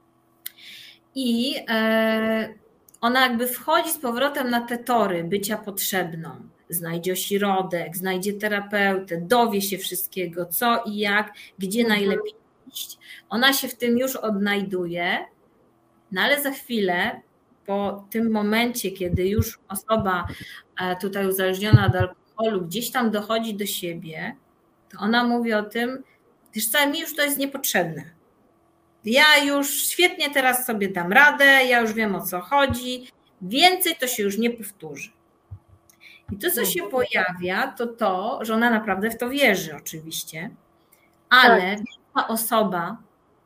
I ona jakby wchodzi z powrotem na te tory bycia potrzebną. Znajdzie ośrodek, znajdzie terapeutę, dowie się wszystkiego, co i jak, gdzie najlepiej iść. Ona się w tym już odnajduje, no ale za chwilę, po tym momencie, kiedy już osoba tutaj uzależniona od alkoholu gdzieś tam dochodzi do siebie, to ona mówi o tym, wiesz co, mi już to jest niepotrzebne. Ja już świetnie teraz sobie dam radę, ja już wiem, o co chodzi, więcej to się już nie powtórzy. I to, co się pojawia, to, że ona naprawdę w to wierzy oczywiście, ale ta osoba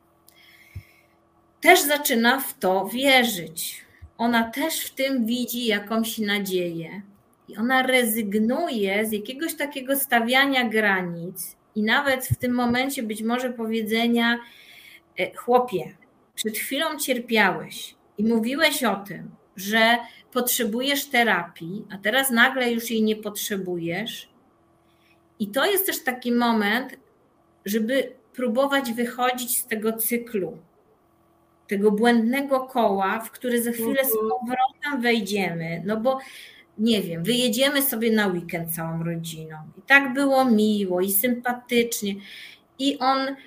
też zaczyna w to wierzyć. Ona też w tym widzi jakąś nadzieję i ona rezygnuje z jakiegoś takiego stawiania granic i nawet w tym momencie być może powiedzenia: chłopie, przed chwilą cierpiałeś i mówiłeś o tym, że potrzebujesz terapii, a teraz nagle już jej nie potrzebujesz. I to jest też taki moment, żeby próbować wychodzić z tego cyklu, tego błędnego koła, w które za chwilę z powrotem wejdziemy, no bo nie wiem, wyjedziemy sobie na weekend całą rodziną i tak było miło i sympatycznie i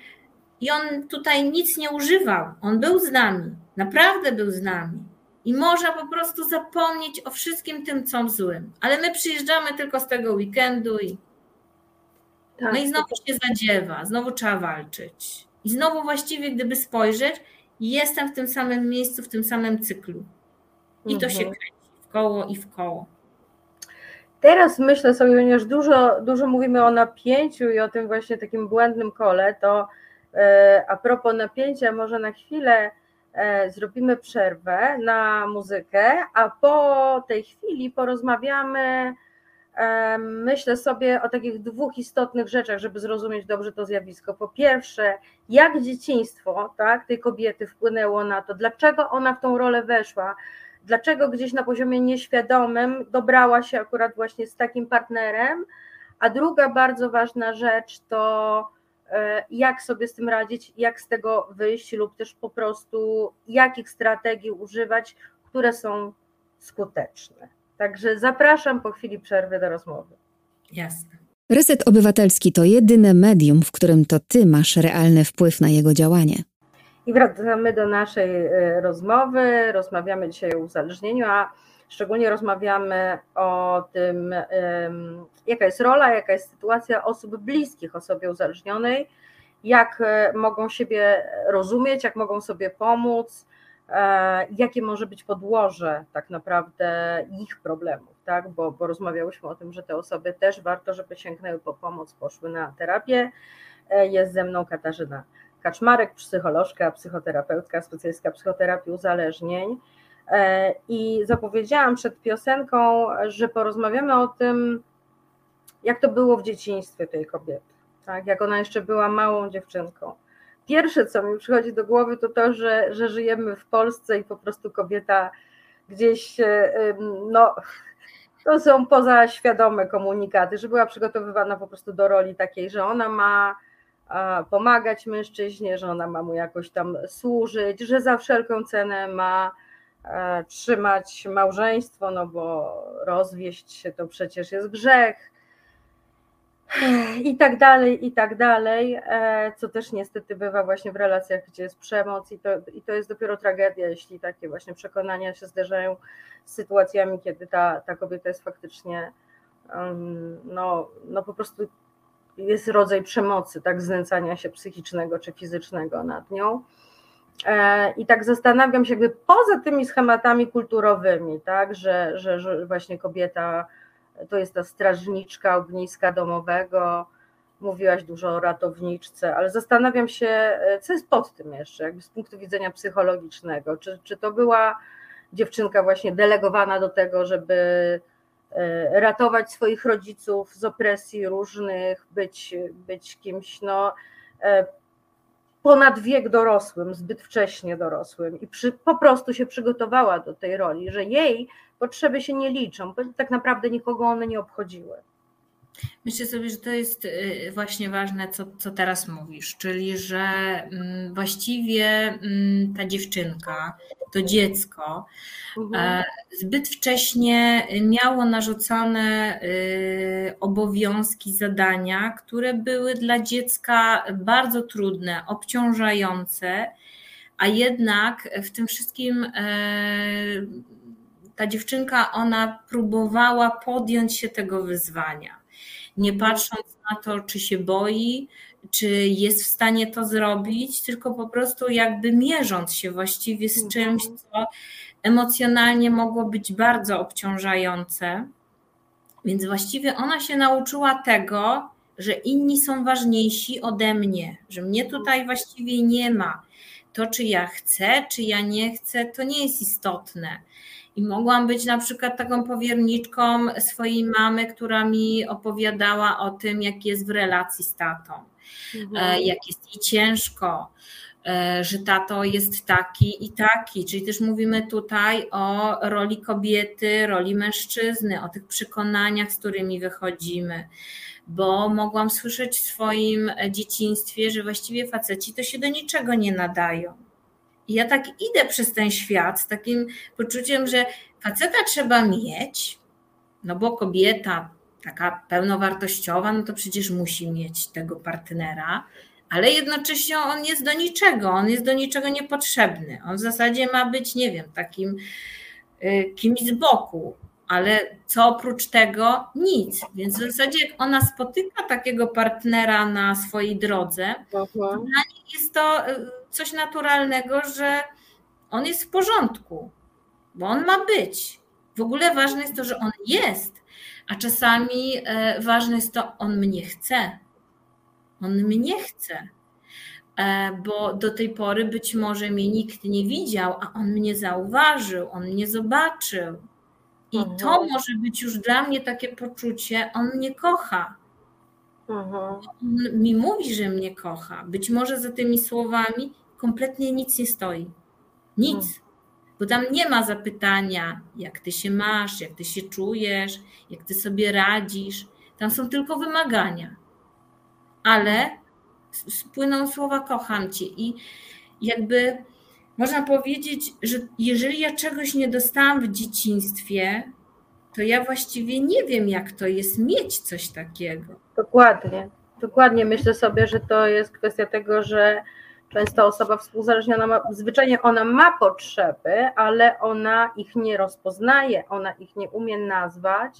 on tutaj nic nie używał, on był z nami, naprawdę był z nami i można po prostu zapomnieć o wszystkim tym, co złym, ale my przyjeżdżamy tylko z tego weekendu no i znowu się zadziewa, znowu trzeba walczyć i znowu właściwie, gdyby spojrzeć, jestem w tym samym miejscu, w tym samym cyklu. I to się kręci w koło i w koło. Teraz myślę sobie, ponieważ dużo mówimy o napięciu i o tym właśnie takim błędnym kole, to a propos napięcia, może na chwilę zrobimy przerwę na muzykę, a po tej chwili porozmawiamy, myślę sobie o takich dwóch istotnych rzeczach, żeby zrozumieć dobrze to zjawisko. Po pierwsze, jak dzieciństwo, tak, tej kobiety wpłynęło na to, dlaczego ona w tą rolę weszła, dlaczego gdzieś na poziomie nieświadomym dobrała się akurat właśnie z takim partnerem, a druga bardzo ważna rzecz to jak sobie z tym radzić, jak z tego wyjść lub też po prostu jakich strategii używać, które są skuteczne. Także zapraszam po chwili przerwy do rozmowy. Jasne. Reset Obywatelski to jedyne medium, w którym to ty masz realny wpływ na jego działanie. I wracamy do naszej rozmowy. Rozmawiamy dzisiaj o uzależnieniu, a szczególnie rozmawiamy o tym, jaka jest rola, jaka jest sytuacja osób bliskich osobie uzależnionej, jak mogą siebie rozumieć, jak mogą sobie pomóc, jakie może być podłoże tak naprawdę ich problemów, tak? Bo rozmawiałyśmy o tym, że te osoby też warto, żeby sięgnęły po pomoc, poszły na terapię. Jest ze mną Katarzyna Kaczmarek, psycholożka, psychoterapeutka, specjalistka psychoterapii uzależnień. I zapowiedziałam przed piosenką, że porozmawiamy o tym, jak to było w dzieciństwie tej kobiety, tak? Jak ona jeszcze była małą dziewczynką. Pierwsze, co mi przychodzi do głowy, to, że żyjemy w Polsce i po prostu kobieta gdzieś, no, to są pozaświadome komunikaty, że była przygotowywana po prostu do roli takiej, że ona ma pomagać mężczyźnie, że ona ma mu jakoś tam służyć, że za wszelką cenę ma trzymać małżeństwo, no bo rozwieść się to przecież jest grzech i tak dalej, co też niestety bywa właśnie w relacjach, gdzie jest przemoc i to jest dopiero tragedia, jeśli takie właśnie przekonania się zderzają z sytuacjami, kiedy ta kobieta jest faktycznie no po prostu jest rodzaj przemocy, tak, znęcania się psychicznego czy fizycznego nad nią. I tak zastanawiam się, jakby poza tymi schematami kulturowymi, tak, że właśnie kobieta to jest ta strażniczka ogniska domowego, mówiłaś dużo o ratowniczce, ale zastanawiam się, co jest pod tym jeszcze, jakby z punktu widzenia psychologicznego, czy to była dziewczynka właśnie delegowana do tego, żeby ratować swoich rodziców z opresji różnych, być kimś ponad wiek dorosłym, zbyt wcześnie dorosłym i po prostu się przygotowała do tej roli, że jej potrzeby się nie liczą, bo tak naprawdę nikogo one nie obchodziły. Myślę sobie, że to jest właśnie ważne, co teraz mówisz, czyli że właściwie ta dziewczynka, to dziecko zbyt wcześnie miało narzucone obowiązki, zadania, które były dla dziecka bardzo trudne, obciążające, a jednak w tym wszystkim ta dziewczynka, ona próbowała podjąć się tego wyzwania. Nie patrząc na to, czy się boi, czy jest w stanie to zrobić, tylko po prostu jakby mierząc się właściwie z czymś, co emocjonalnie mogło być bardzo obciążające. Więc właściwie ona się nauczyła tego, że inni są ważniejsi ode mnie, że mnie tutaj właściwie nie ma. To, czy ja chcę, czy ja nie chcę, to nie jest istotne. I mogłam być na przykład taką powierniczką swojej mamy, która mi opowiadała o tym, jak jest w relacji z tatą, jak jest jej ciężko, że tato jest taki i taki. Czyli też mówimy tutaj o roli kobiety, roli mężczyzny, o tych przekonaniach, z którymi wychodzimy. Bo mogłam słyszeć w swoim dzieciństwie, że właściwie faceci to się do niczego nie nadają. I ja tak idę przez ten świat z takim poczuciem, że faceta trzeba mieć, no bo kobieta taka pełnowartościowa, no to przecież musi mieć tego partnera, ale jednocześnie on jest do niczego niepotrzebny. On w zasadzie ma być, nie wiem, takim kimś z boku, ale co oprócz tego? Nic. Więc w zasadzie jak ona spotyka takiego partnera na swojej drodze, to dla niej jest to coś naturalnego, że on jest w porządku, bo on ma być. W ogóle ważne jest to, że on jest, a czasami ważne jest to, on mnie chce. On mnie chce, bo do tej pory być może mnie nikt nie widział, a on mnie zauważył, on mnie zobaczył. I to może być już dla mnie takie poczucie, on mnie kocha. On mi mówi, że mnie kocha. Być może za tymi słowami kompletnie nic nie stoi. Nic. Bo tam nie ma zapytania, jak ty się masz, jak ty się czujesz, jak ty sobie radzisz. Tam są tylko wymagania. Ale spłyną słowa kocham cię. I jakby można powiedzieć, że jeżeli ja czegoś nie dostałam w dzieciństwie, to ja właściwie nie wiem, jak to jest mieć coś takiego. Dokładnie. Myślę sobie, że to jest kwestia tego, że często osoba współuzależniona, zwyczajnie ona ma potrzeby, ale ona ich nie rozpoznaje, ona ich nie umie nazwać,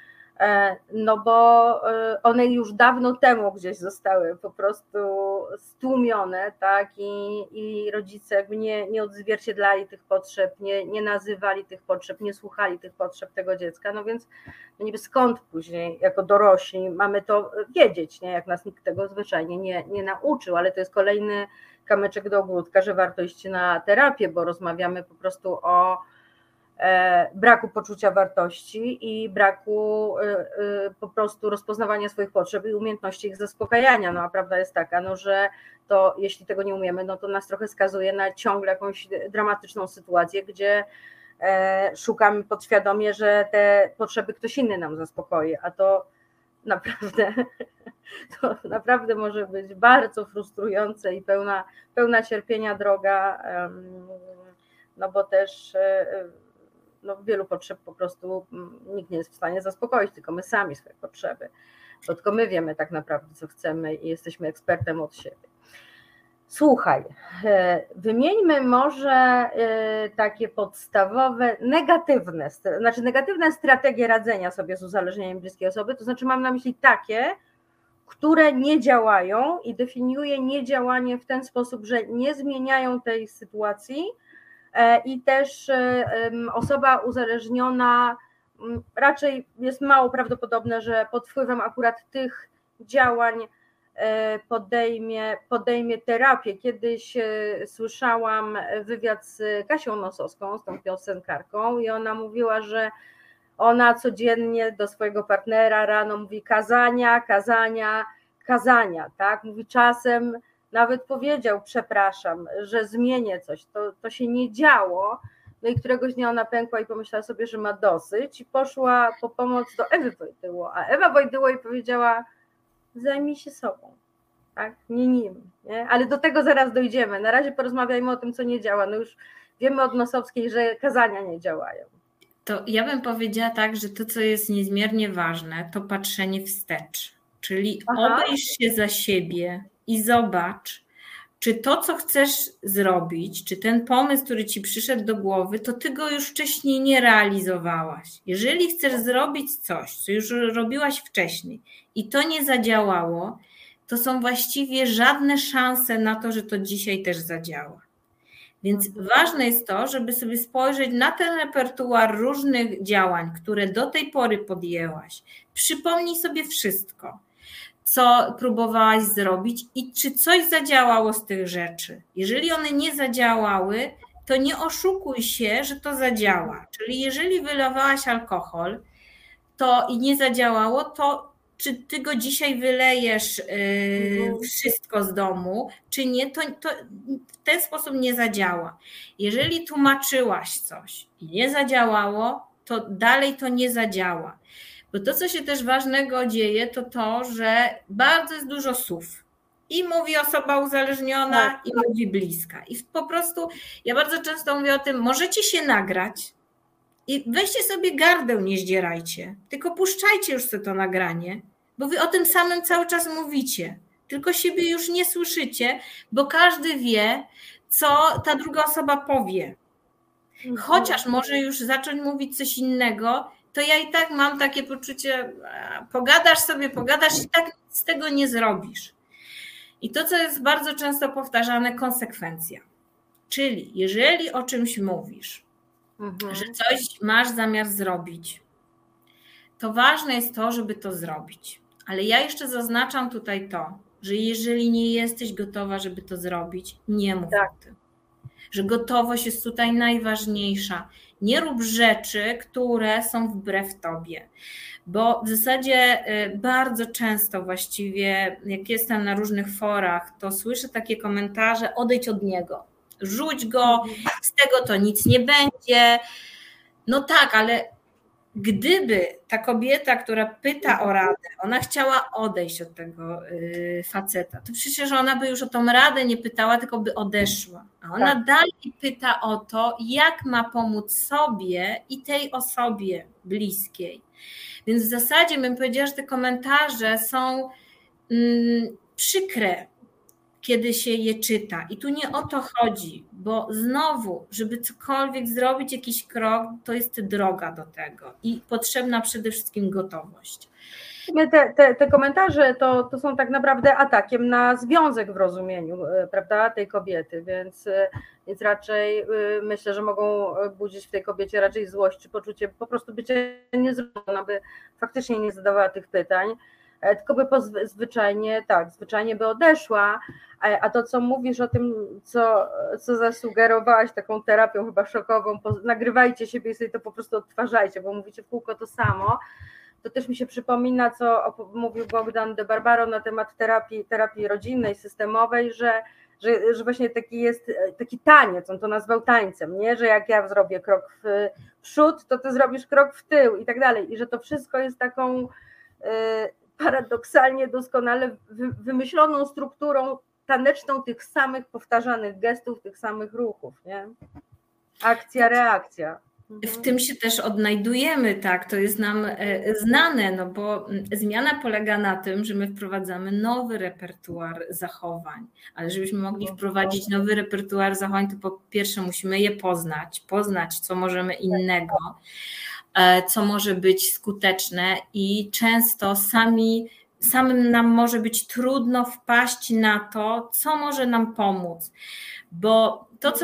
no bo one już dawno temu gdzieś zostały po prostu stłumione, tak, i rodzice jakby nie odzwierciedlali tych potrzeb, nie nazywali tych potrzeb, nie słuchali tych potrzeb tego dziecka, no więc no niby skąd później jako dorośli mamy to wiedzieć, nie, jak nas nikt tego zwyczajnie nie nauczył, ale to jest kolejny kamyczek do ogródka, że warto iść na terapię, bo rozmawiamy po prostu o braku poczucia wartości i braku po prostu rozpoznawania swoich potrzeb i umiejętności ich zaspokajania. No a prawda jest taka, no, że to jeśli tego nie umiemy, no to nas trochę skazuje na ciągle jakąś dramatyczną sytuację, gdzie szukamy podświadomie, że te potrzeby ktoś inny nam zaspokoi, a to naprawdę może być bardzo frustrujące i pełna cierpienia droga, no bo też no, wielu potrzeb po prostu nikt nie jest w stanie zaspokoić, tylko my sami swoje potrzeby, bo tylko my wiemy tak naprawdę, co chcemy i jesteśmy ekspertem od siebie. Słuchaj, wymieńmy może takie podstawowe, negatywne strategie radzenia sobie z uzależnieniem bliskiej osoby, to znaczy mam na myśli takie, które nie działają i definiuję niedziałanie w ten sposób, że nie zmieniają tej sytuacji i też osoba uzależniona raczej jest mało prawdopodobne, że pod wpływem akurat tych działań podejmie terapię. Kiedyś słyszałam wywiad z Kasią Nosowską, z tą piosenkarką, i ona mówiła, że ona codziennie do swojego partnera rano mówi kazania, kazania, kazania, tak? Mówi, czasem nawet powiedział przepraszam, że zmienię coś, to się nie działo. No i któregoś dnia ona pękła i pomyślała sobie, że ma dosyć, i poszła po pomoc do Ewy Wojtyło, a Ewa Wojtyło jej powiedziała, zajmij się sobą, tak? Nie nim, nie? Ale do tego zaraz dojdziemy. Na razie porozmawiajmy o tym, co nie działa. No już wiemy od Nosowskiej, że kazania nie działają. To ja bym powiedziała tak, że to, co jest niezmiernie ważne, to patrzenie wstecz. Czyli obejrz się za siebie i zobacz, czy to, co chcesz zrobić, czy ten pomysł, który ci przyszedł do głowy, to ty go już wcześniej nie realizowałaś. Jeżeli chcesz zrobić coś, co już robiłaś wcześniej i to nie zadziałało, to są właściwie żadne szanse na to, że to dzisiaj też zadziała. Więc ważne jest to, żeby sobie spojrzeć na ten repertuar różnych działań, które do tej pory podjęłaś. Przypomnij sobie wszystko, co próbowałaś zrobić i czy coś zadziałało z tych rzeczy. Jeżeli one nie zadziałały, to nie oszukuj się, że to zadziała. Czyli jeżeli wylewałaś alkohol to i nie zadziałało, to czy ty go dzisiaj wylejesz wszystko z domu, czy nie, to w ten sposób nie zadziała. Jeżeli tłumaczyłaś coś i nie zadziałało, to dalej to nie zadziała. Bo to, co się też ważnego dzieje, to to, że bardzo jest dużo słów. I mówi osoba uzależniona, i mówi bliska. I po prostu ja bardzo często mówię o tym, możecie się nagrać i weźcie sobie gardeł, nie zdzierajcie, tylko puszczajcie już sobie to nagranie, bo wy o tym samym cały czas mówicie, tylko siebie już nie słyszycie, bo każdy wie, co ta druga osoba powie. Chociaż może już zacząć mówić coś innego, to ja i tak mam takie poczucie, pogadasz i tak z tego nie zrobisz. I to, co jest bardzo często powtarzane, konsekwencja. Czyli jeżeli o czymś mówisz, że coś masz zamiar zrobić, to ważne jest to, żeby to zrobić. Ale ja jeszcze zaznaczam tutaj to, że jeżeli nie jesteś gotowa, żeby to zrobić, nie mów o tym. Że gotowość jest tutaj najważniejsza. Nie rób rzeczy, które są wbrew tobie. Bo w zasadzie bardzo często właściwie, jak jestem na różnych forach, to słyszę takie komentarze, odejdź od niego, rzuć go, z tego to nic nie będzie. No tak, ale gdyby ta kobieta, która pyta o radę, ona chciała odejść od tego faceta, to przecież ona by już o tą radę nie pytała, tylko by odeszła. A ona dalej pyta o to, jak ma pomóc sobie i tej osobie bliskiej. Więc w zasadzie bym powiedziała, że te komentarze są przykre, kiedy się je czyta. I tu nie o to chodzi, bo znowu, żeby cokolwiek zrobić, jakiś krok, to jest droga do tego i potrzebna przede wszystkim gotowość. Te komentarze to są tak naprawdę atakiem na związek w rozumieniu, prawda, tej kobiety, więc raczej myślę, że mogą budzić w tej kobiecie raczej złość czy poczucie po prostu bycia niezrozumianą, by faktycznie nie zadawała tych pytań, tylko by zwyczajnie by odeszła. A to, co mówisz o tym, co zasugerowałaś taką terapią chyba szokową, nagrywajcie siebie i sobie to po prostu odtwarzajcie, bo mówicie w kółko to samo, to też mi się przypomina, co mówił Bogdan de Barbaro na temat terapii rodzinnej, systemowej, że właśnie taki jest taki taniec, on to nazwał tańcem, nie? Że jak ja zrobię krok w przód, to ty zrobisz krok w tył i tak dalej. I że to wszystko jest taką paradoksalnie doskonale wymyśloną strukturą taneczną tych samych powtarzanych gestów, tych samych ruchów, nie? Akcja, reakcja. W tym się też odnajdujemy, tak, to jest nam znane, no bo zmiana polega na tym, że my wprowadzamy nowy repertuar zachowań, ale żebyśmy mogli wprowadzić nowy repertuar zachowań, to po pierwsze musimy je poznać, co możemy innego, co może być skuteczne i często samym nam może być trudno wpaść na to, co może nam pomóc, bo to, co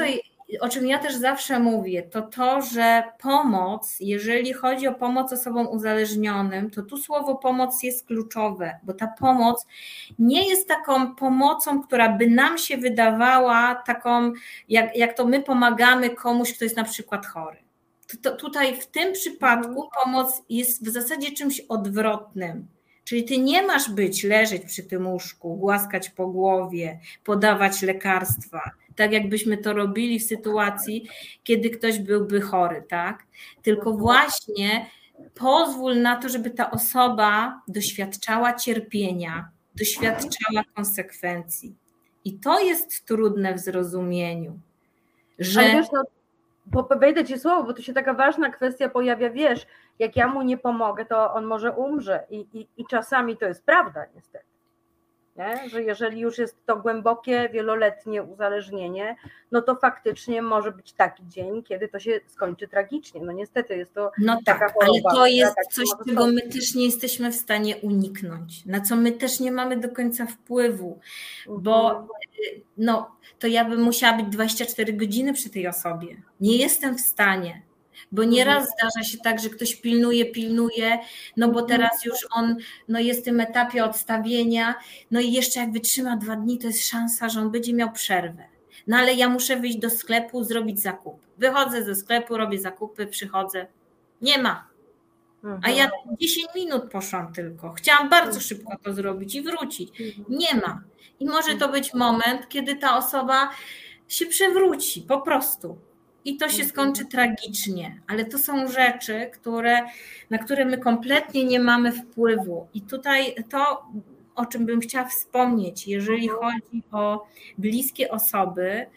o czym ja też zawsze mówię, to, że pomoc, jeżeli chodzi o pomoc osobom uzależnionym, to tu słowo pomoc jest kluczowe, bo ta pomoc nie jest taką pomocą, która by nam się wydawała taką, jak to my pomagamy komuś, kto jest na przykład chory. Tutaj w tym przypadku pomoc jest w zasadzie czymś odwrotnym. Czyli ty nie masz leżeć przy tym łóżku, głaskać po głowie, podawać lekarstwa, tak jakbyśmy to robili w sytuacji, kiedy ktoś byłby chory, tak? Tylko właśnie pozwól na to, żeby ta osoba doświadczała cierpienia, doświadczała konsekwencji. I to jest trudne w zrozumieniu, że... Ale wiesz, wejdę ci słowo, bo tu się taka ważna kwestia pojawia, wiesz, jak ja mu nie pomogę, to on może umrze i czasami to jest prawda niestety, nie? Że jeżeli już jest to głębokie, wieloletnie uzależnienie, no to faktycznie może być taki dzień, kiedy to się skończy tragicznie, no niestety jest to taka choroba. Ale to jest coś, czego my też nie jesteśmy w stanie uniknąć, na co my też nie mamy do końca wpływu, bo to ja bym musiała być 24 godziny przy tej osobie, nie jestem w stanie. Bo nieraz zdarza się tak, że ktoś pilnuje, no bo teraz już on jest w tym etapie odstawienia, no i jeszcze jak wytrzyma 2 dni, to jest szansa, że on będzie miał przerwę. No ale ja muszę wyjść do sklepu, zrobić zakup. Wychodzę ze sklepu, robię zakupy, przychodzę. Nie ma. A ja 10 minut poszłam tylko. Chciałam bardzo szybko to zrobić i wrócić. Nie ma. I może to być moment, kiedy ta osoba się przewróci po prostu. I to się skończy tragicznie, ale to są rzeczy, na które my kompletnie nie mamy wpływu. I tutaj to, o czym bym chciała wspomnieć, jeżeli chodzi o bliskie osoby,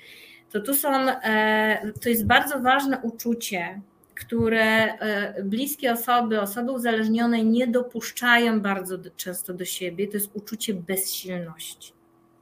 to jest bardzo ważne uczucie, które bliskie osoby uzależnione nie dopuszczają bardzo często do siebie, to jest uczucie bezsilności.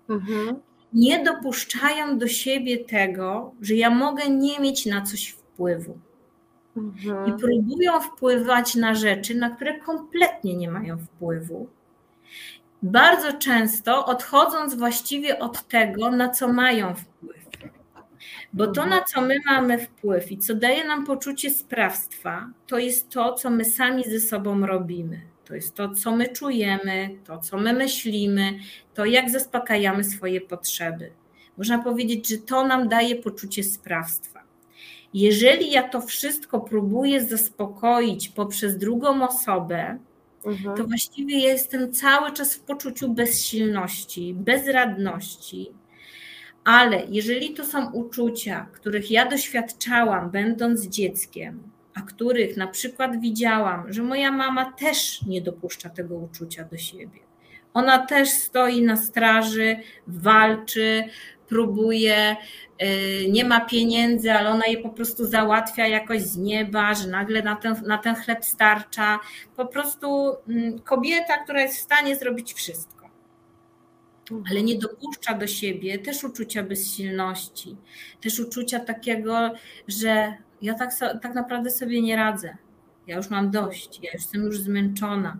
Nie dopuszczają do siebie tego, że ja mogę nie mieć na coś wpływu. I próbują wpływać na rzeczy, na które kompletnie nie mają wpływu. Bardzo często odchodząc właściwie od tego, na co mają wpływ. Bo to, na co my mamy wpływ i co daje nam poczucie sprawstwa, to jest to, co my sami ze sobą robimy. To jest to, co my czujemy, to, co my myślimy, to, jak zaspokajamy swoje potrzeby. Można powiedzieć, że to nam daje poczucie sprawstwa. Jeżeli ja to wszystko próbuję zaspokoić poprzez drugą osobę, to właściwie ja jestem cały czas w poczuciu bezsilności, bezradności. Ale jeżeli to są uczucia, których ja doświadczałam, będąc dzieckiem, a których na przykład widziałam, że moja mama też nie dopuszcza tego uczucia do siebie. Ona też stoi na straży, walczy, próbuje, nie ma pieniędzy, ale ona je po prostu załatwia jakoś z nieba, że nagle na ten chleb starcza. Po prostu kobieta, która jest w stanie zrobić wszystko. Ale nie dopuszcza do siebie też uczucia bezsilności, też uczucia takiego, że ja tak naprawdę sobie nie radzę. Ja już mam dość, ja jestem już zmęczona.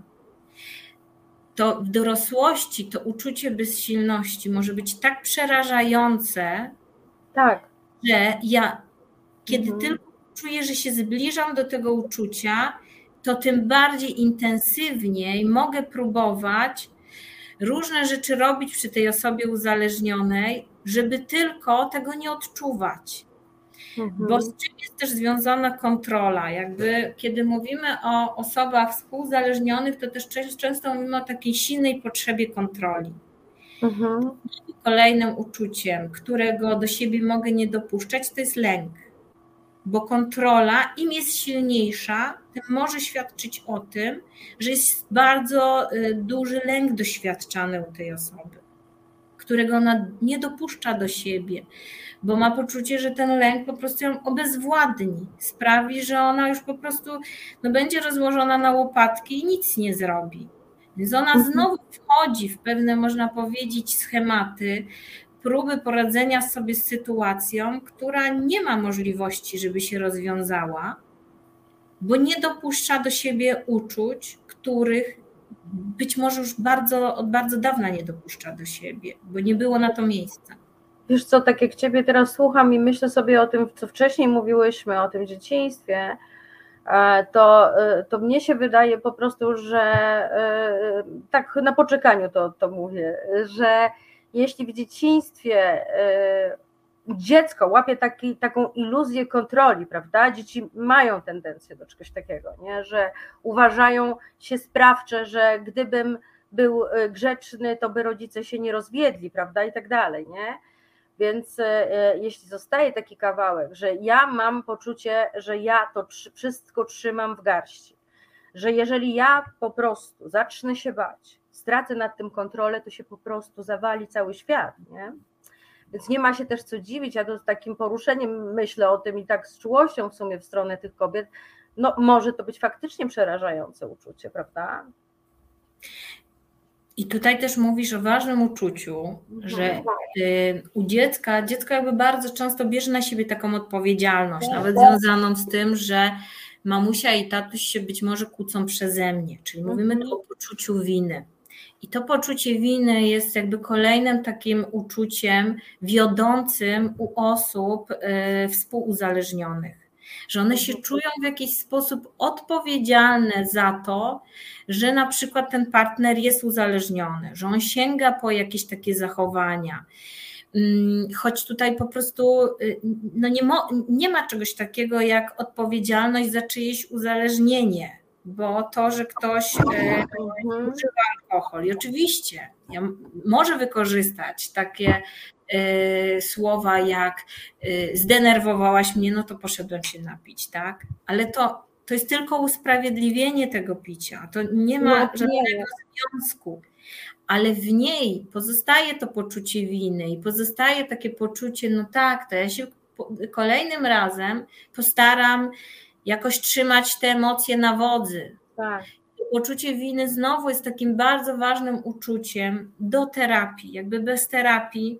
To w dorosłości to uczucie bezsilności może być tak przerażające, że ja, kiedy tylko czuję, że się zbliżam do tego uczucia, to tym bardziej intensywniej mogę próbować różne rzeczy robić przy tej osobie uzależnionej, żeby tylko tego nie odczuwać. Bo z czym jest też związana kontrola? Jakby kiedy mówimy o osobach współuzależnionych, to też często mówimy o takiej silnej potrzebie kontroli. Kolejnym uczuciem, którego do siebie mogę nie dopuszczać, to jest lęk. Bo kontrola, im jest silniejsza, tym może świadczyć o tym, że jest bardzo duży lęk doświadczany u tej osoby, którego ona nie dopuszcza do siebie, bo ma poczucie, że ten lęk po prostu ją obezwładni, sprawi, że ona już po prostu będzie rozłożona na łopatki i nic nie zrobi. Więc ona znowu wchodzi w pewne, można powiedzieć, schematy, próby poradzenia sobie z sytuacją, która nie ma możliwości, żeby się rozwiązała, bo nie dopuszcza do siebie uczuć, których być może już od bardzo dawna nie dopuszcza do siebie, bo nie było na to miejsca. Wiesz co, tak jak Ciebie teraz słucham i myślę sobie o tym, co wcześniej mówiłyśmy, o tym dzieciństwie, to mnie się wydaje po prostu, że tak na poczekaniu to mówię, że jeśli w dzieciństwie dziecko łapie taką iluzję kontroli, prawda? Dzieci mają tendencję do czegoś takiego, nie? Że uważają się sprawcze, że gdybym był grzeczny, to by rodzice się nie rozwiedli, prawda? I tak dalej, nie? Więc jeśli zostaje taki kawałek, że ja mam poczucie, że ja to wszystko trzymam w garści, że jeżeli ja po prostu zacznę się bać, stracę nad tym kontrolę, to się po prostu zawali cały świat, nie? Więc nie ma się też co dziwić, ja to z takim poruszeniem myślę o tym i tak z czułością w sumie w stronę tych kobiet, no może to być faktycznie przerażające uczucie, prawda? I tutaj też mówisz o ważnym uczuciu, że u dziecko jakby bardzo często bierze na siebie taką odpowiedzialność, nawet związaną z tym, że mamusia i tatuś się być może kłócą przeze mnie, czyli mówimy tu o poczuciu winy. I to poczucie winy jest jakby kolejnym takim uczuciem wiodącym u osób współuzależnionych, że one się czują w jakiś sposób odpowiedzialne za to, że na przykład ten partner jest uzależniony, że on sięga po jakieś takie zachowania. Choć tutaj po prostu no nie ma czegoś takiego jak odpowiedzialność za czyjeś uzależnienie, bo to, że ktoś używa alkohol i oczywiście może wykorzystać takie słowa jak zdenerwowałaś mnie, no to poszedłem się napić, tak? Ale to jest tylko usprawiedliwienie tego picia, to nie ma żadnego związku, ale w niej pozostaje to poczucie winy i pozostaje takie poczucie, no tak, to ja się kolejnym razem postaram jakoś trzymać te emocje na wodzy. Tak. Poczucie winy znowu jest takim bardzo ważnym uczuciem do terapii. Jakby bez terapii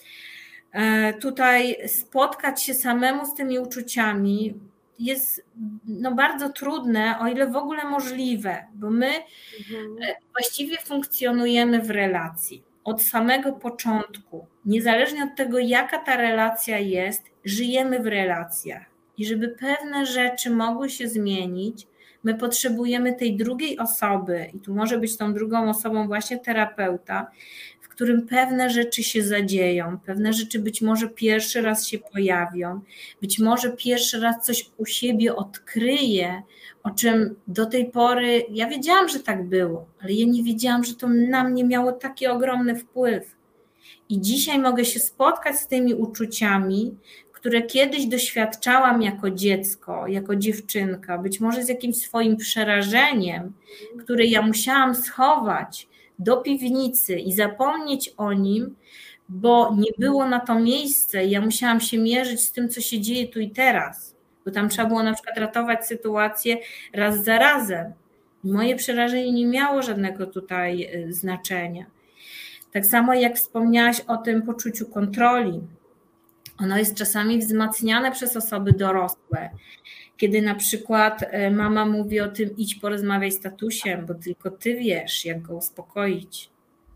tutaj spotkać się samemu z tymi uczuciami jest no bardzo trudne, o ile w ogóle możliwe, bo my właściwie funkcjonujemy w relacji od samego początku. Niezależnie od tego, jaka ta relacja jest, żyjemy w relacjach. I żeby pewne rzeczy mogły się zmienić, my potrzebujemy tej drugiej osoby, i tu może być tą drugą osobą właśnie terapeuta, w którym pewne rzeczy się zadzieją, pewne rzeczy być może pierwszy raz się pojawią, być może pierwszy raz coś u siebie odkryje, o czym do tej pory ja wiedziałam, że tak było, ale ja nie wiedziałam, że to na mnie miało taki ogromny wpływ. I dzisiaj mogę się spotkać z tymi uczuciami, które kiedyś doświadczałam jako dziecko, jako dziewczynka, być może z jakimś swoim przerażeniem, które ja musiałam schować do piwnicy i zapomnieć o nim, bo nie było na to miejsce i ja musiałam się mierzyć z tym, co się dzieje tu i teraz, bo tam trzeba było na przykład ratować sytuację raz za razem. Moje przerażenie nie miało żadnego tutaj znaczenia. Tak samo jak wspomniałaś o tym poczuciu kontroli, ono jest czasami wzmacniane przez osoby dorosłe. Kiedy na przykład mama mówi o tym, idź porozmawiaj z tatusiem, bo tylko ty wiesz, jak go uspokoić.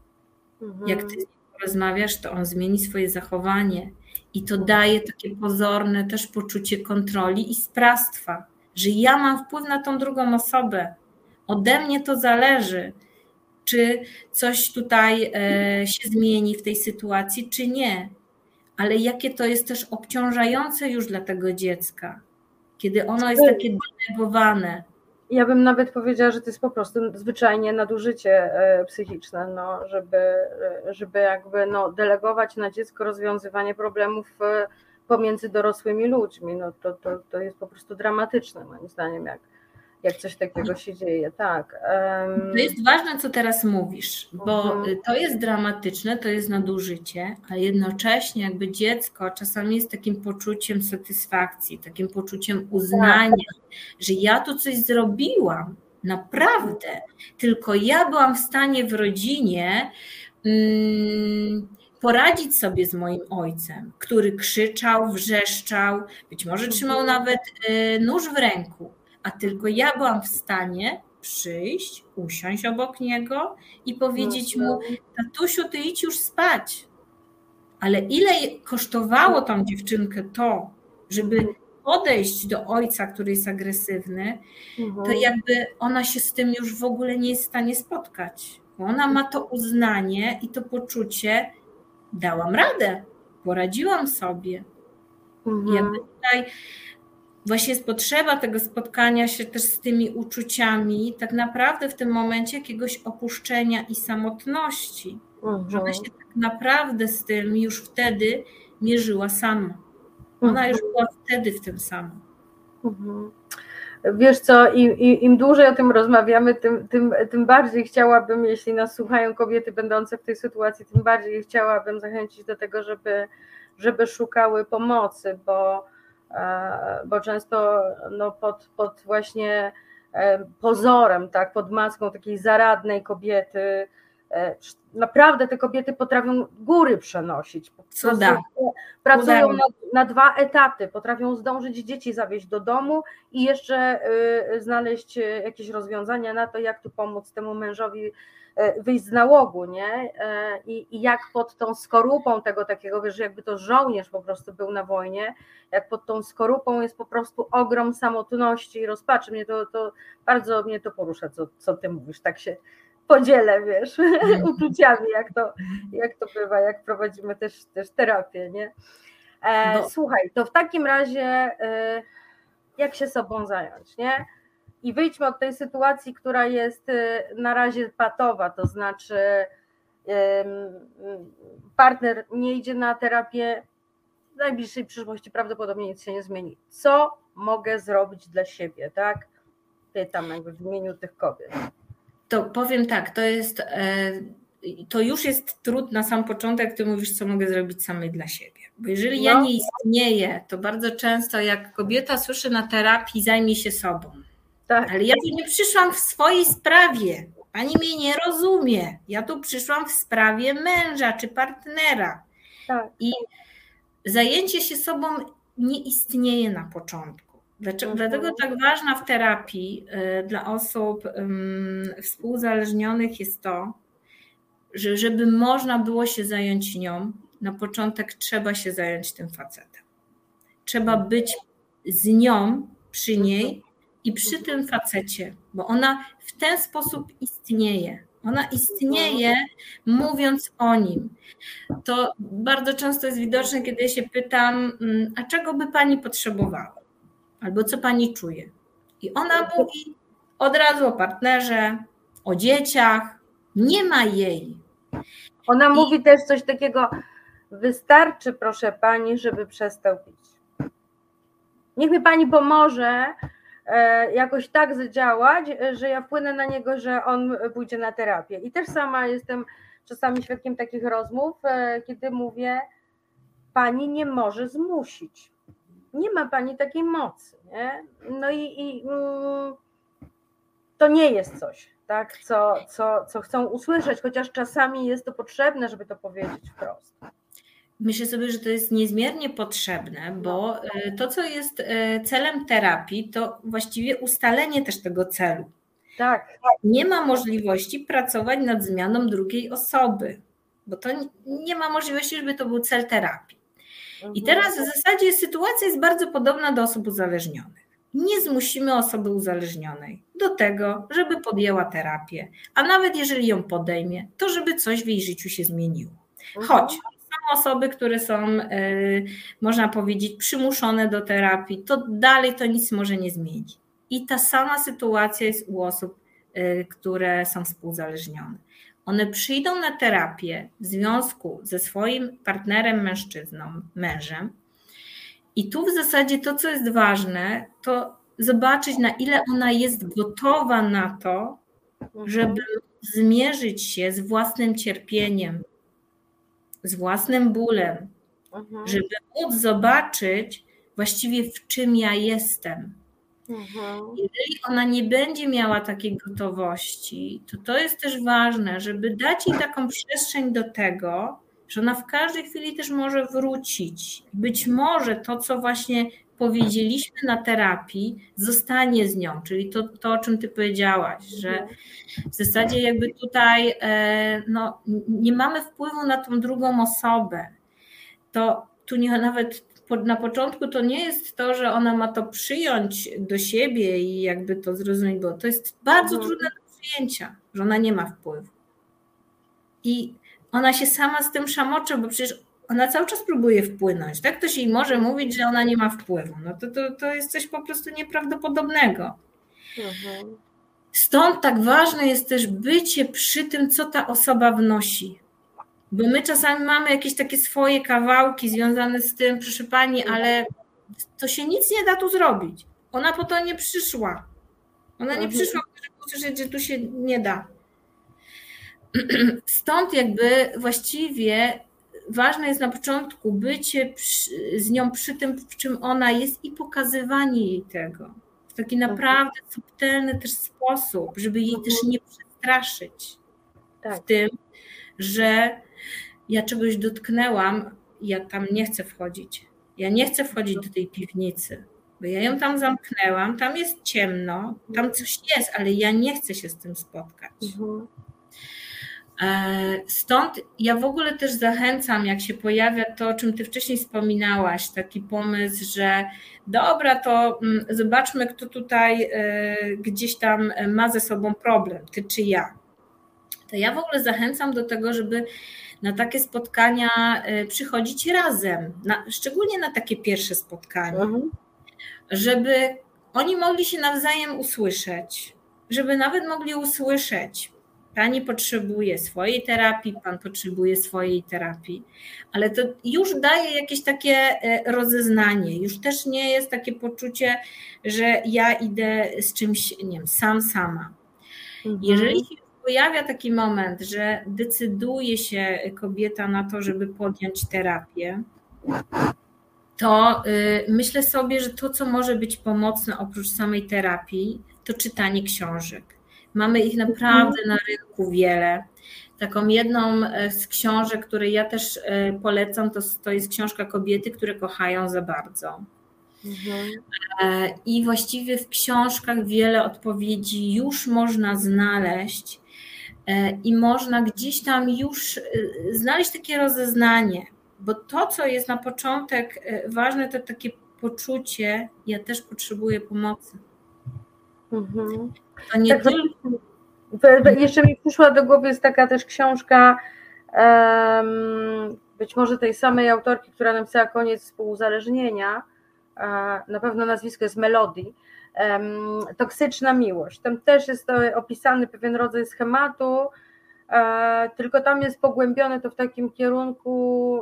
Jak ty z nim porozmawiasz, to on zmieni swoje zachowanie. I to daje takie pozorne też poczucie kontroli i sprawstwa, że ja mam wpływ na tą drugą osobę. Ode mnie to zależy, czy coś tutaj się zmieni w tej sytuacji, czy nie. Ale jakie to jest też obciążające już dla tego dziecka, kiedy ono jest takie denerwowane. Ja bym nawet powiedziała, że to jest po prostu zwyczajnie nadużycie psychiczne, no, żeby jakby no, delegować na dziecko rozwiązywanie problemów pomiędzy dorosłymi ludźmi. No, to jest po prostu dramatyczne moim zdaniem, jak coś takiego się dzieje, tak. To jest ważne, co teraz mówisz, bo to jest dramatyczne, to jest nadużycie, a jednocześnie jakby dziecko czasami jest takim poczuciem satysfakcji, takim poczuciem uznania, że ja tu coś zrobiłam, naprawdę, tylko ja byłam w stanie w rodzinie poradzić sobie z moim ojcem, który krzyczał, wrzeszczał, być może trzymał nawet nóż w ręku, a tylko ja byłam w stanie przyjść, usiąść obok niego i powiedzieć mu, tatusiu, ty idź już spać. ale ile kosztowało tą dziewczynkę to, żeby podejść do ojca, który jest agresywny, to jakby ona się z tym już w ogóle nie jest w stanie spotkać. Bo ona ma to uznanie i to poczucie, dałam radę, poradziłam sobie. Jakby tutaj właśnie jest potrzeba tego spotkania się też z tymi uczuciami, tak naprawdę w tym momencie jakiegoś opuszczenia i samotności, że ona się tak naprawdę z tym już wtedy mierzyła sama. Ona już była wtedy w tym sama. Wiesz co, im dłużej o tym rozmawiamy, tym bardziej chciałabym, jeśli nas słuchają kobiety będące w tej sytuacji, tym bardziej chciałabym zachęcić do tego, żeby szukały pomocy, bo często pod właśnie pozorem, tak, pod maską takiej zaradnej kobiety, naprawdę te kobiety potrafią góry przenosić. Cuda. Pracują na 2 etaty, potrafią zdążyć dzieci zawieźć do domu i jeszcze znaleźć jakieś rozwiązania na to, jak tu pomóc temu mężowi wyjść z nałogu, nie? I jak pod tą skorupą tego takiego, wiesz, jakby to żołnierz po prostu był na wojnie, jak pod tą skorupą jest po prostu ogrom samotności i rozpaczy. Bardzo mnie to porusza, co ty mówisz, tak się podzielę, wiesz, uczuciami, jak to bywa, jak prowadzimy też terapię, nie? Słuchaj, to w takim razie jak się sobą zająć, nie? I wyjdźmy od tej sytuacji, która jest na razie patowa, to znaczy partner nie idzie na terapię, w najbliższej przyszłości prawdopodobnie nic się nie zmieni. Co mogę zrobić dla siebie, tak? Pytam jakby w imieniu tych kobiet. To powiem tak, to już jest trud na sam początek, ty mówisz, co mogę zrobić samej dla siebie. Bo jeżeli ja nie istnieję, to bardzo często jak kobieta słyszy na terapii, zajmij się sobą. Tak. Ale ja tu nie przyszłam w swojej sprawie, pani mnie nie rozumie. Ja tu przyszłam w sprawie męża czy partnera. Tak. I zajęcie się sobą nie istnieje na początku. Dlatego tak ważna w terapii dla osób współuzależnionych jest to, że żeby można było się zająć nią, na początek trzeba się zająć tym facetem. Trzeba być z nią, przy niej i przy tym facecie, bo ona w ten sposób istnieje. Ona istnieje mówiąc o nim. To bardzo często jest widoczne, kiedy ja się pytam, a czego by pani potrzebowała? Albo co pani czuje? I ona mówi od razu o partnerze, o dzieciach. Nie ma jej. Ona mówi też coś takiego, wystarczy proszę pani, żeby przestał pić. Niech mi pani pomoże jakoś tak zadziałać, że ja wpłynę na niego, że on pójdzie na terapię. I też sama jestem czasami świadkiem takich rozmów, kiedy mówię, pani nie może zmusić. Nie ma pani takiej mocy, nie? No i to nie jest coś, tak, co chcą usłyszeć, chociaż czasami jest to potrzebne, żeby to powiedzieć wprost. Myślę sobie, że to jest niezmiernie potrzebne, bo to, co jest celem terapii, to właściwie ustalenie też tego celu. Tak. Nie ma możliwości pracować nad zmianą drugiej osoby, bo to nie ma możliwości, żeby to był cel terapii. I teraz w zasadzie sytuacja jest bardzo podobna do osób uzależnionych. Nie zmusimy osoby uzależnionej do tego, żeby podjęła terapię, a nawet jeżeli ją podejmie, to żeby coś w jej życiu się zmieniło. Choć są osoby, które są, można powiedzieć, przymuszone do terapii, to dalej to nic może nie zmienić. I ta sama sytuacja jest u osób, które są współuzależnione. One przyjdą na terapię w związku ze swoim partnerem mężczyzną, mężem. I tu w zasadzie to, co jest ważne, to zobaczyć, na ile ona jest gotowa na to, żeby zmierzyć się z własnym cierpieniem, z własnym bólem, żeby móc zobaczyć właściwie, w czym ja jestem. Jeżeli ona nie będzie miała takiej gotowości, to jest też ważne, żeby dać jej taką przestrzeń do tego, że ona w każdej chwili też może wrócić. Być może to, co właśnie powiedzieliśmy na terapii, zostanie z nią, czyli to o czym ty powiedziałaś, że w zasadzie jakby tutaj nie mamy wpływu na tą drugą osobę. to tu nie, nawet na początku to nie jest to, że ona ma to przyjąć do siebie i jakby to zrozumieć, bo to jest bardzo trudne do przyjęcia, że ona nie ma wpływu. I ona się sama z tym szamocze, bo przecież ona cały czas próbuje wpłynąć. Tak? Ktoś jej może mówić, że ona nie ma wpływu. No to jest coś po prostu nieprawdopodobnego. Stąd tak ważne jest też bycie przy tym, co ta osoba wnosi. Bo my czasami mamy jakieś takie swoje kawałki związane z tym, proszę pani, ale to się nic nie da tu zrobić. Ona po to nie przyszła. Ona nie przyszła, żeby usłyszeć, że tu się nie da. Stąd jakby właściwie ważne jest na początku bycie z nią przy tym, w czym ona jest i pokazywanie jej tego. W taki naprawdę subtelny też sposób, żeby jej też nie przestraszyć w tym, że ja czegoś dotknęłam, ja tam nie chcę wchodzić. Ja nie chcę wchodzić do tej piwnicy, bo ja ją tam zamknęłam, tam jest ciemno, tam coś jest, ale ja nie chcę się z tym spotkać. Stąd ja w ogóle też zachęcam, jak się pojawia to, o czym ty wcześniej wspominałaś, taki pomysł, że dobra, to zobaczmy, kto tutaj gdzieś tam ma ze sobą problem, ty czy ja. To ja w ogóle zachęcam do tego, żeby na takie spotkania przychodzić razem, szczególnie na takie pierwsze spotkanie, żeby oni mogli się nawzajem usłyszeć, żeby nawet mogli usłyszeć, pani potrzebuje swojej terapii, pan potrzebuje swojej terapii, ale to już daje jakieś takie rozeznanie, już też nie jest takie poczucie, że ja idę z czymś, nie wiem, sama. Jeżeli się pojawia taki moment, że decyduje się kobieta na to, żeby podjąć terapię, to myślę sobie, że to, co może być pomocne oprócz samej terapii, to czytanie książek. Mamy ich naprawdę na rynku wiele. Taką jedną z książek, której ja też polecam, to jest książka Kobiety, które kochają za bardzo. I właściwie w książkach wiele odpowiedzi już można znaleźć i można gdzieś tam już znaleźć takie rozeznanie, bo to, co jest na początek ważne, to takie poczucie, ja też potrzebuję pomocy. To nie tak, jeszcze mi przyszła do głowy jest taka też książka być może tej samej autorki, która napisała Koniec współuzależnienia, na pewno nazwisko jest Melody, Toksyczna miłość. Tam też jest opisany pewien rodzaj schematu, tylko tam jest pogłębione to w takim kierunku,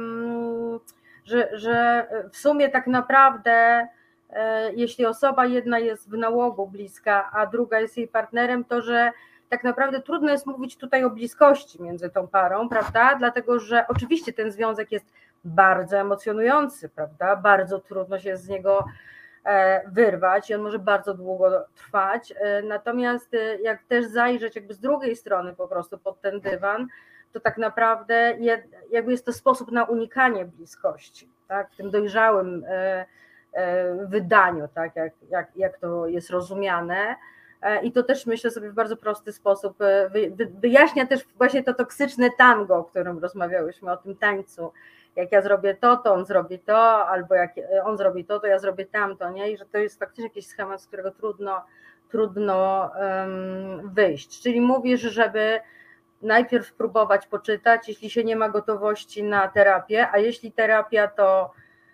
że w sumie tak naprawdę jeśli osoba jedna jest w nałogu bliska, a druga jest jej partnerem, to że tak naprawdę trudno jest mówić tutaj o bliskości między tą parą, prawda? Dlatego, że oczywiście ten związek jest bardzo emocjonujący, prawda? Bardzo trudno się z niego wyrwać i on może bardzo długo trwać. Natomiast jak też zajrzeć jakby z drugiej strony po prostu pod ten dywan, to tak naprawdę jakby jest to sposób na unikanie bliskości, tak? W tym dojrzałym wydaniu, tak? Jak to jest rozumiane. I to też myślę sobie w bardzo prosty sposób wyjaśnia też właśnie to toksyczne tango, o którym rozmawiałyśmy, o tym tańcu. Jak ja zrobię to on zrobi to, albo jak on zrobi to ja zrobię tamto, nie? I że to jest faktycznie jakiś schemat, z którego trudno wyjść. Czyli mówisz, żeby najpierw próbować poczytać, jeśli się nie ma gotowości na terapię, a jeśli terapia, to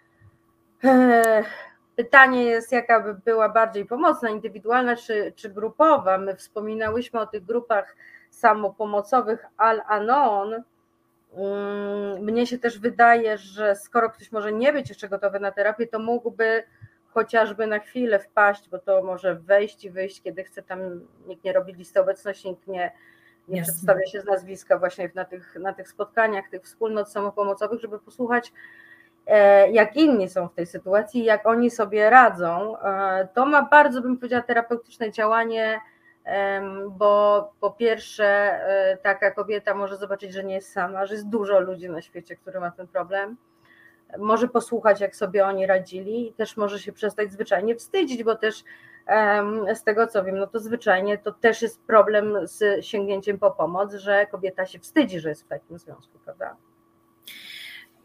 pytanie jest, jaka by była bardziej pomocna, indywidualna czy grupowa. My wspominałyśmy o tych grupach samopomocowych Al-Anon. Mnie się też wydaje, że skoro ktoś może nie być jeszcze gotowy na terapię, to mógłby chociażby na chwilę wpaść, bo to może wejść i wyjść, kiedy chce, tam nikt nie robi listy obecności, nikt nie przedstawia się z nazwiska właśnie na tych spotkaniach, tych wspólnot samopomocowych, żeby posłuchać, jak inni są w tej sytuacji, jak oni sobie radzą. To ma bardzo, bym powiedziała, terapeutyczne działanie, bo po pierwsze taka kobieta może zobaczyć, że nie jest sama, że jest dużo ludzi na świecie, który ma ten problem, może posłuchać, jak sobie oni radzili i też może się przestać zwyczajnie wstydzić, bo też z tego co wiem, no to zwyczajnie to też jest problem z sięgnięciem po pomoc, że kobieta się wstydzi, że jest w takim związku, prawda?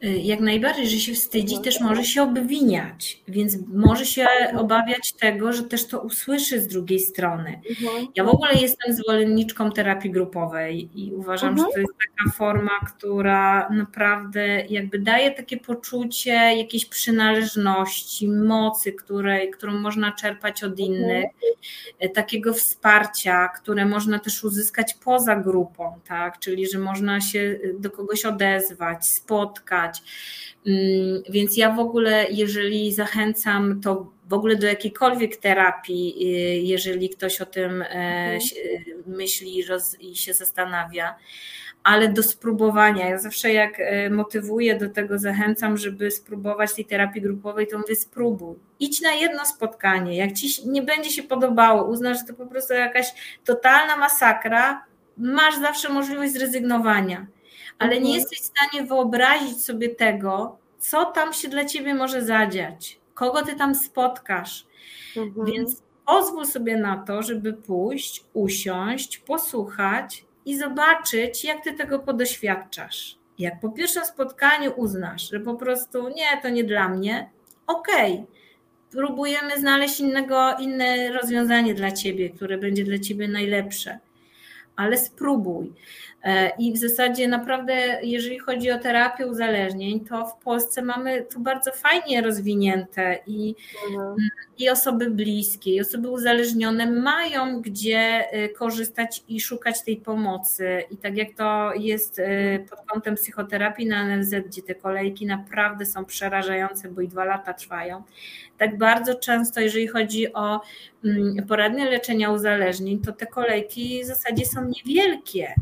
Jak najbardziej, że się wstydzi, też może się obwiniać, więc może się obawiać tego, że też to usłyszy z drugiej strony. Ja w ogóle jestem zwolenniczką terapii grupowej i uważam, że to jest taka forma, która naprawdę jakby daje takie poczucie jakiejś przynależności, mocy, którą można czerpać od innych, takiego wsparcia, które można też uzyskać poza grupą, tak? Czyli że można się do kogoś odezwać, spotkać. Więc ja w ogóle, jeżeli zachęcam, to w ogóle do jakiejkolwiek terapii, jeżeli ktoś o tym myśli i się zastanawia, ale do spróbowania. Ja zawsze jak motywuję do tego, zachęcam, żeby spróbować tej terapii grupowej, to mówię spróbuj. Idź na jedno spotkanie. Jak ci nie będzie się podobało, uznasz, że to po prostu jakaś totalna masakra, masz zawsze możliwość zrezygnowania. Ale nie jesteś w stanie wyobrazić sobie tego, co tam się dla ciebie może zadziać, kogo ty tam spotkasz. Więc pozwól sobie na to, żeby pójść, usiąść, posłuchać i zobaczyć, jak ty tego podoświadczasz. Jak po pierwszym spotkaniu uznasz, że po prostu nie, to nie dla mnie, okej, próbujemy znaleźć inne rozwiązanie dla ciebie, które będzie dla ciebie najlepsze, ale spróbuj. I w zasadzie naprawdę, jeżeli chodzi o terapię uzależnień, to w Polsce mamy to bardzo fajnie rozwinięte i osoby bliskie, i osoby uzależnione mają gdzie korzystać i szukać tej pomocy. I tak jak to jest pod kątem psychoterapii na NFZ, gdzie te kolejki naprawdę są przerażające, bo i 2 lata trwają, tak bardzo często, jeżeli chodzi o poradnie leczenia uzależnień, to te kolejki w zasadzie są niewielkie.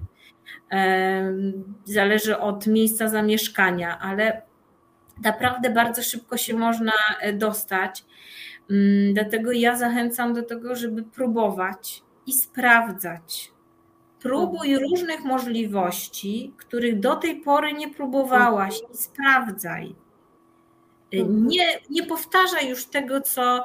Zależy od miejsca zamieszkania, ale naprawdę bardzo szybko się można dostać. Dlatego ja zachęcam do tego, żeby próbować i sprawdzać. Próbuj różnych możliwości, których do tej pory nie próbowałaś i sprawdzaj. Nie powtarzaj już tego, co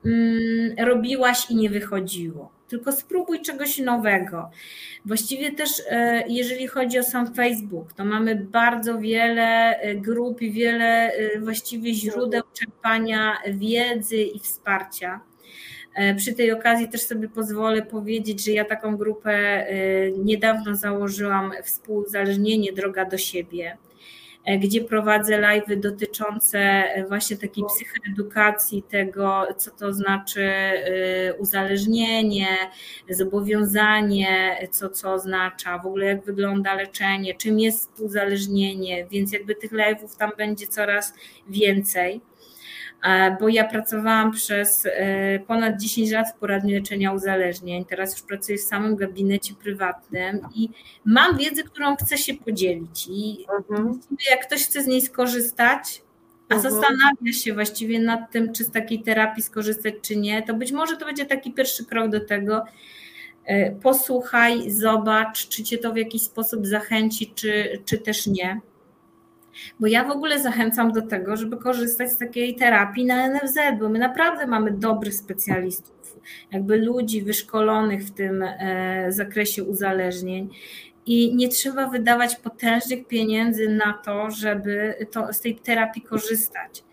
robiłaś i nie wychodziło, tylko spróbuj czegoś nowego. Właściwie też jeżeli chodzi o sam Facebook, to mamy bardzo wiele grup i wiele właściwie źródeł czerpania wiedzy i wsparcia. Przy tej okazji też sobie pozwolę powiedzieć, że ja taką grupę niedawno założyłam, Współuzależnienie, droga do siebie, gdzie prowadzę live'y dotyczące właśnie takiej psychoedukacji, tego, co to znaczy uzależnienie, zobowiązanie, co oznacza, w ogóle jak wygląda leczenie, czym jest uzależnienie, więc jakby tych live'ów tam będzie coraz więcej. Bo ja pracowałam przez ponad 10 lat w poradni leczenia uzależnień, teraz już pracuję w samym gabinecie prywatnym i mam wiedzę, którą chcę się podzielić i jak ktoś chce z niej skorzystać, a zastanawia się właściwie nad tym, czy z takiej terapii skorzystać, czy nie, to być może to będzie taki pierwszy krok do tego. Posłuchaj, zobacz, czy cię to w jakiś sposób zachęci, czy też nie. Bo ja w ogóle zachęcam do tego, żeby korzystać z takiej terapii na NFZ, bo my naprawdę mamy dobrych specjalistów, jakby ludzi wyszkolonych w tym zakresie uzależnień i nie trzeba wydawać potężnych pieniędzy na to, żeby z tej terapii korzystać.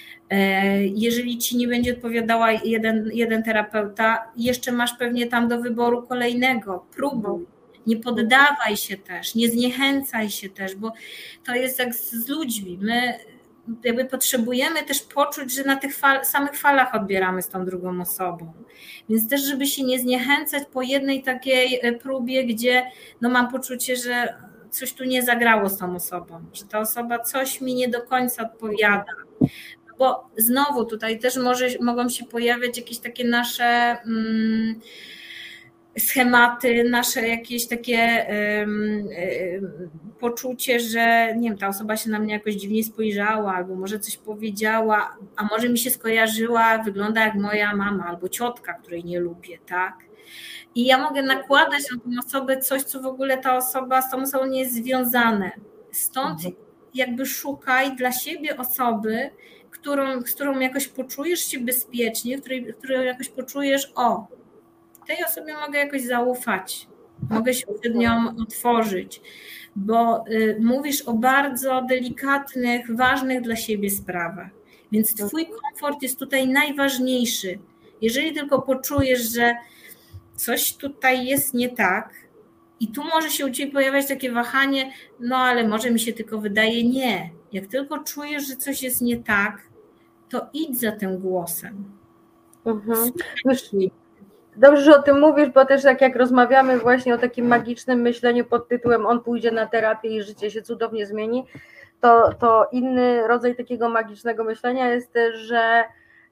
Jeżeli ci nie będzie odpowiadała jeden terapeuta, jeszcze masz pewnie tam do wyboru kolejnego, próbuj. Nie poddawaj się też, nie zniechęcaj się też, bo to jest jak z ludźmi. My jakby potrzebujemy też poczuć, że na tych samych falach odbieramy z tą drugą osobą. Więc też, żeby się nie zniechęcać po jednej takiej próbie, gdzie no mam poczucie, że coś tu nie zagrało z tą osobą, że ta osoba coś mi nie do końca odpowiada. Bo znowu tutaj też mogą się pojawiać jakieś takie nasze schematy, nasze jakieś takie poczucie, że nie wiem, ta osoba się na mnie jakoś dziwnie spojrzała, albo może coś powiedziała, a może mi się skojarzyła, wygląda jak moja mama albo ciotka, której nie lubię, tak? I ja mogę nakładać na tę osobę coś, co w ogóle ta osoba z tą osobą nie jest związane. Stąd jakby szukaj dla siebie osoby, z którą jakoś poczujesz się bezpiecznie, którą jakoś poczujesz, tej osobie mogę jakoś zaufać, mogę się przed nią otworzyć. bo mówisz o bardzo delikatnych, ważnych dla siebie sprawach, więc twój komfort jest tutaj najważniejszy. Jeżeli tylko poczujesz, że coś tutaj jest nie tak i tu może się u ciebie pojawiać takie wahanie, no ale może mi się tylko wydaje, nie. Jak tylko czujesz, że coś jest nie tak, to idź za tym głosem. Dobrze, że o tym mówisz, bo też tak jak rozmawiamy właśnie o takim magicznym myśleniu pod tytułem on pójdzie na terapię i życie się cudownie zmieni, to inny rodzaj takiego magicznego myślenia jest też, że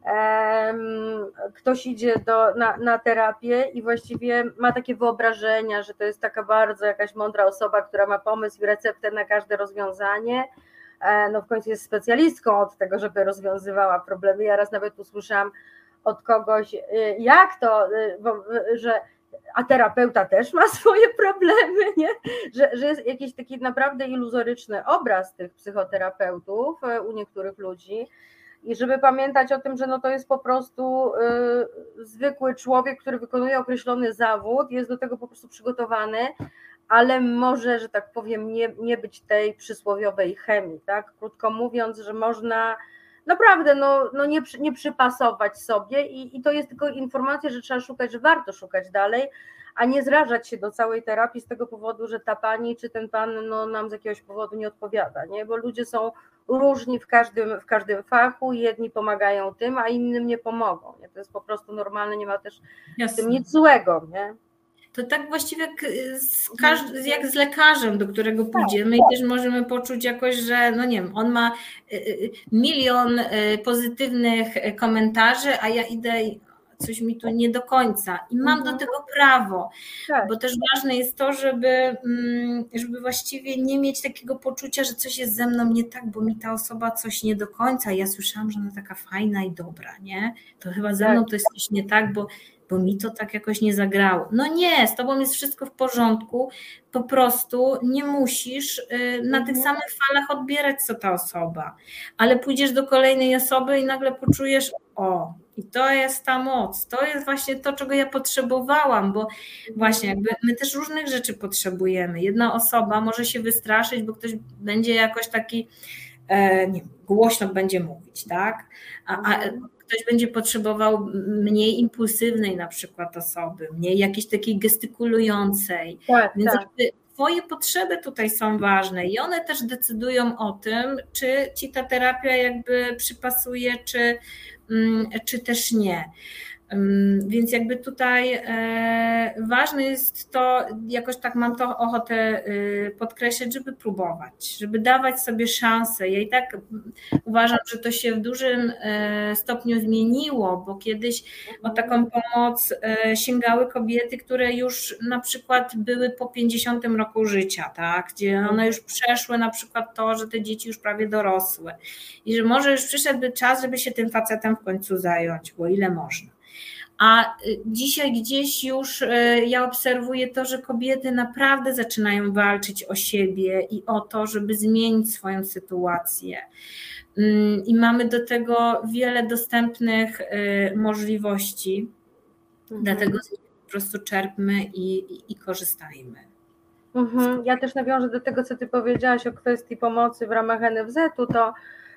ktoś idzie na terapię i właściwie ma takie wyobrażenia, że to jest taka bardzo jakaś mądra osoba, która ma pomysł i receptę na każde rozwiązanie. No w końcu jest specjalistką od tego, żeby rozwiązywała problemy. Ja raz nawet usłyszałam od kogoś, jak to, a terapeuta też ma swoje problemy, nie? Że jest jakiś taki naprawdę iluzoryczny obraz tych psychoterapeutów u niektórych ludzi i żeby pamiętać o tym, że no to jest po prostu zwykły człowiek, który wykonuje określony zawód, jest do tego po prostu przygotowany, ale może, że tak powiem, nie być tej przysłowiowej chemii, tak? Krótko mówiąc, że można naprawdę nie przypasować sobie i to jest tylko informacja, że trzeba szukać, że warto szukać dalej, a nie zrażać się do całej terapii z tego powodu, że ta pani czy ten pan nam z jakiegoś powodu nie odpowiada, nie? Bo ludzie są różni w każdym fachu, jedni pomagają tym, a innym nie pomogą, nie? To jest po prostu normalne, nie ma też w tym nic złego, nie? To tak właściwie jak z lekarzem, do którego pójdziemy i też możemy poczuć jakoś, że no nie wiem, on ma 1 000 000 pozytywnych komentarzy, a ja idę i coś mi tu nie do końca i mam do tego prawo, bo też ważne jest to, żeby właściwie nie mieć takiego poczucia, że coś jest ze mną nie tak, bo mi ta osoba coś nie do końca, ja słyszałam, że ona taka fajna i dobra, nie? To chyba ze mną to jest coś nie tak, bo mi to tak jakoś nie zagrało. No nie, z tobą jest wszystko w porządku, po prostu nie musisz na tych samych falach odbierać co ta osoba, ale pójdziesz do kolejnej osoby i nagle poczujesz, i to jest ta moc, to jest właśnie to, czego ja potrzebowałam, bo właśnie jakby my też różnych rzeczy potrzebujemy. Jedna osoba może się wystraszyć, bo ktoś będzie jakoś taki głośno będzie mówić, tak? A ktoś będzie potrzebował mniej impulsywnej na przykład osoby, mniej jakiejś takiej gestykulującej. Więc jakby twoje potrzeby tutaj są ważne i one też decydują o tym, czy ci ta terapia jakby przypasuje, czy też nie. Więc jakby tutaj ważne jest to, jakoś tak mam to ochotę podkreślać, żeby próbować, żeby dawać sobie szansę. Ja i tak uważam, że to się w dużym stopniu zmieniło, bo kiedyś o taką pomoc sięgały kobiety, które już na przykład były po 50 roku życia, tak? Gdzie one już przeszły na przykład to, że te dzieci już prawie dorosły i że może już przyszedłby czas, żeby się tym facetem w końcu zająć, bo ile można. A dzisiaj gdzieś już ja obserwuję to, że kobiety naprawdę zaczynają walczyć o siebie i o to, żeby zmienić swoją sytuację. I mamy do tego wiele dostępnych możliwości, dlatego po prostu czerpmy i korzystajmy. Ja też nawiążę do tego, co ty powiedziałaś o kwestii pomocy w ramach NFZ-u, to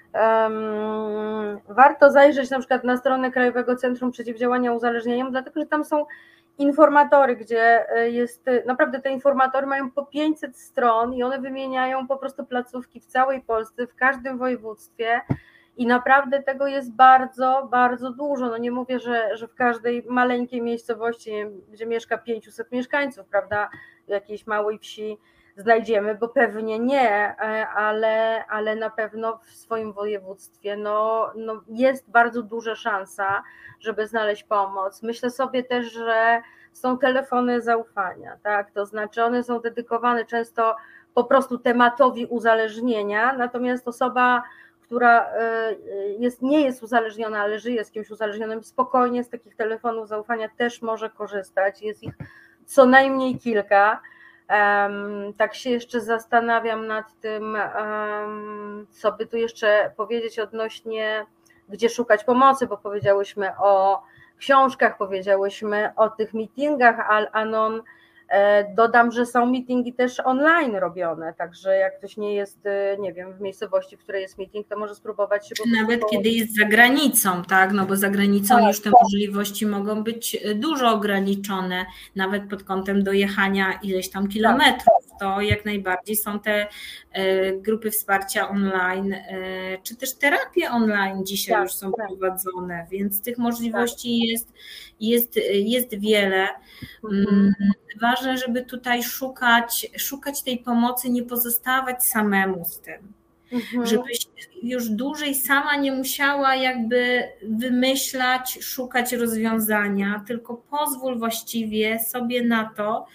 warto zajrzeć na przykład na stronę Krajowego Centrum Przeciwdziałania Uzależnieniom, dlatego że tam są informatory, gdzie jest, naprawdę te informatory mają po 500 stron i one wymieniają po prostu placówki w całej Polsce, w każdym województwie i naprawdę tego jest bardzo, bardzo dużo. No nie mówię, że w każdej maleńkiej miejscowości, gdzie mieszka 500 mieszkańców, prawda, w jakiejś małej wsi znajdziemy, bo pewnie nie, ale na pewno w swoim województwie jest bardzo duża szansa, żeby znaleźć pomoc. Myślę sobie też, że są telefony zaufania, tak? To znaczy one są dedykowane często po prostu tematowi uzależnienia, natomiast osoba, która nie jest uzależniona, ale żyje z kimś uzależnionym, spokojnie z takich telefonów zaufania też może korzystać. Jest ich co najmniej kilka. Tak się jeszcze zastanawiam nad tym, co by tu jeszcze powiedzieć odnośnie, gdzie szukać pomocy, bo powiedziałyśmy o książkach, powiedziałyśmy o tych meetingach Al-Anon, Dodam, że są meetingi też online robione, także jak ktoś nie jest, nie wiem, w miejscowości, w której jest meeting, to może spróbować się... Nawet kiedy jest za granicą, tak, no bo za granicą już te możliwości mogą być dużo ograniczone, nawet pod kątem dojechania ileś tam kilometrów, to jak najbardziej są te grupy wsparcia online, czy też terapie online dzisiaj już są prowadzone, więc tych możliwości jest wiele. Ważne, żeby tutaj szukać tej pomocy, nie pozostawać samemu z tym. Żebyś już dłużej sama nie musiała jakby wymyślać, szukać rozwiązania, tylko pozwól właściwie sobie na to,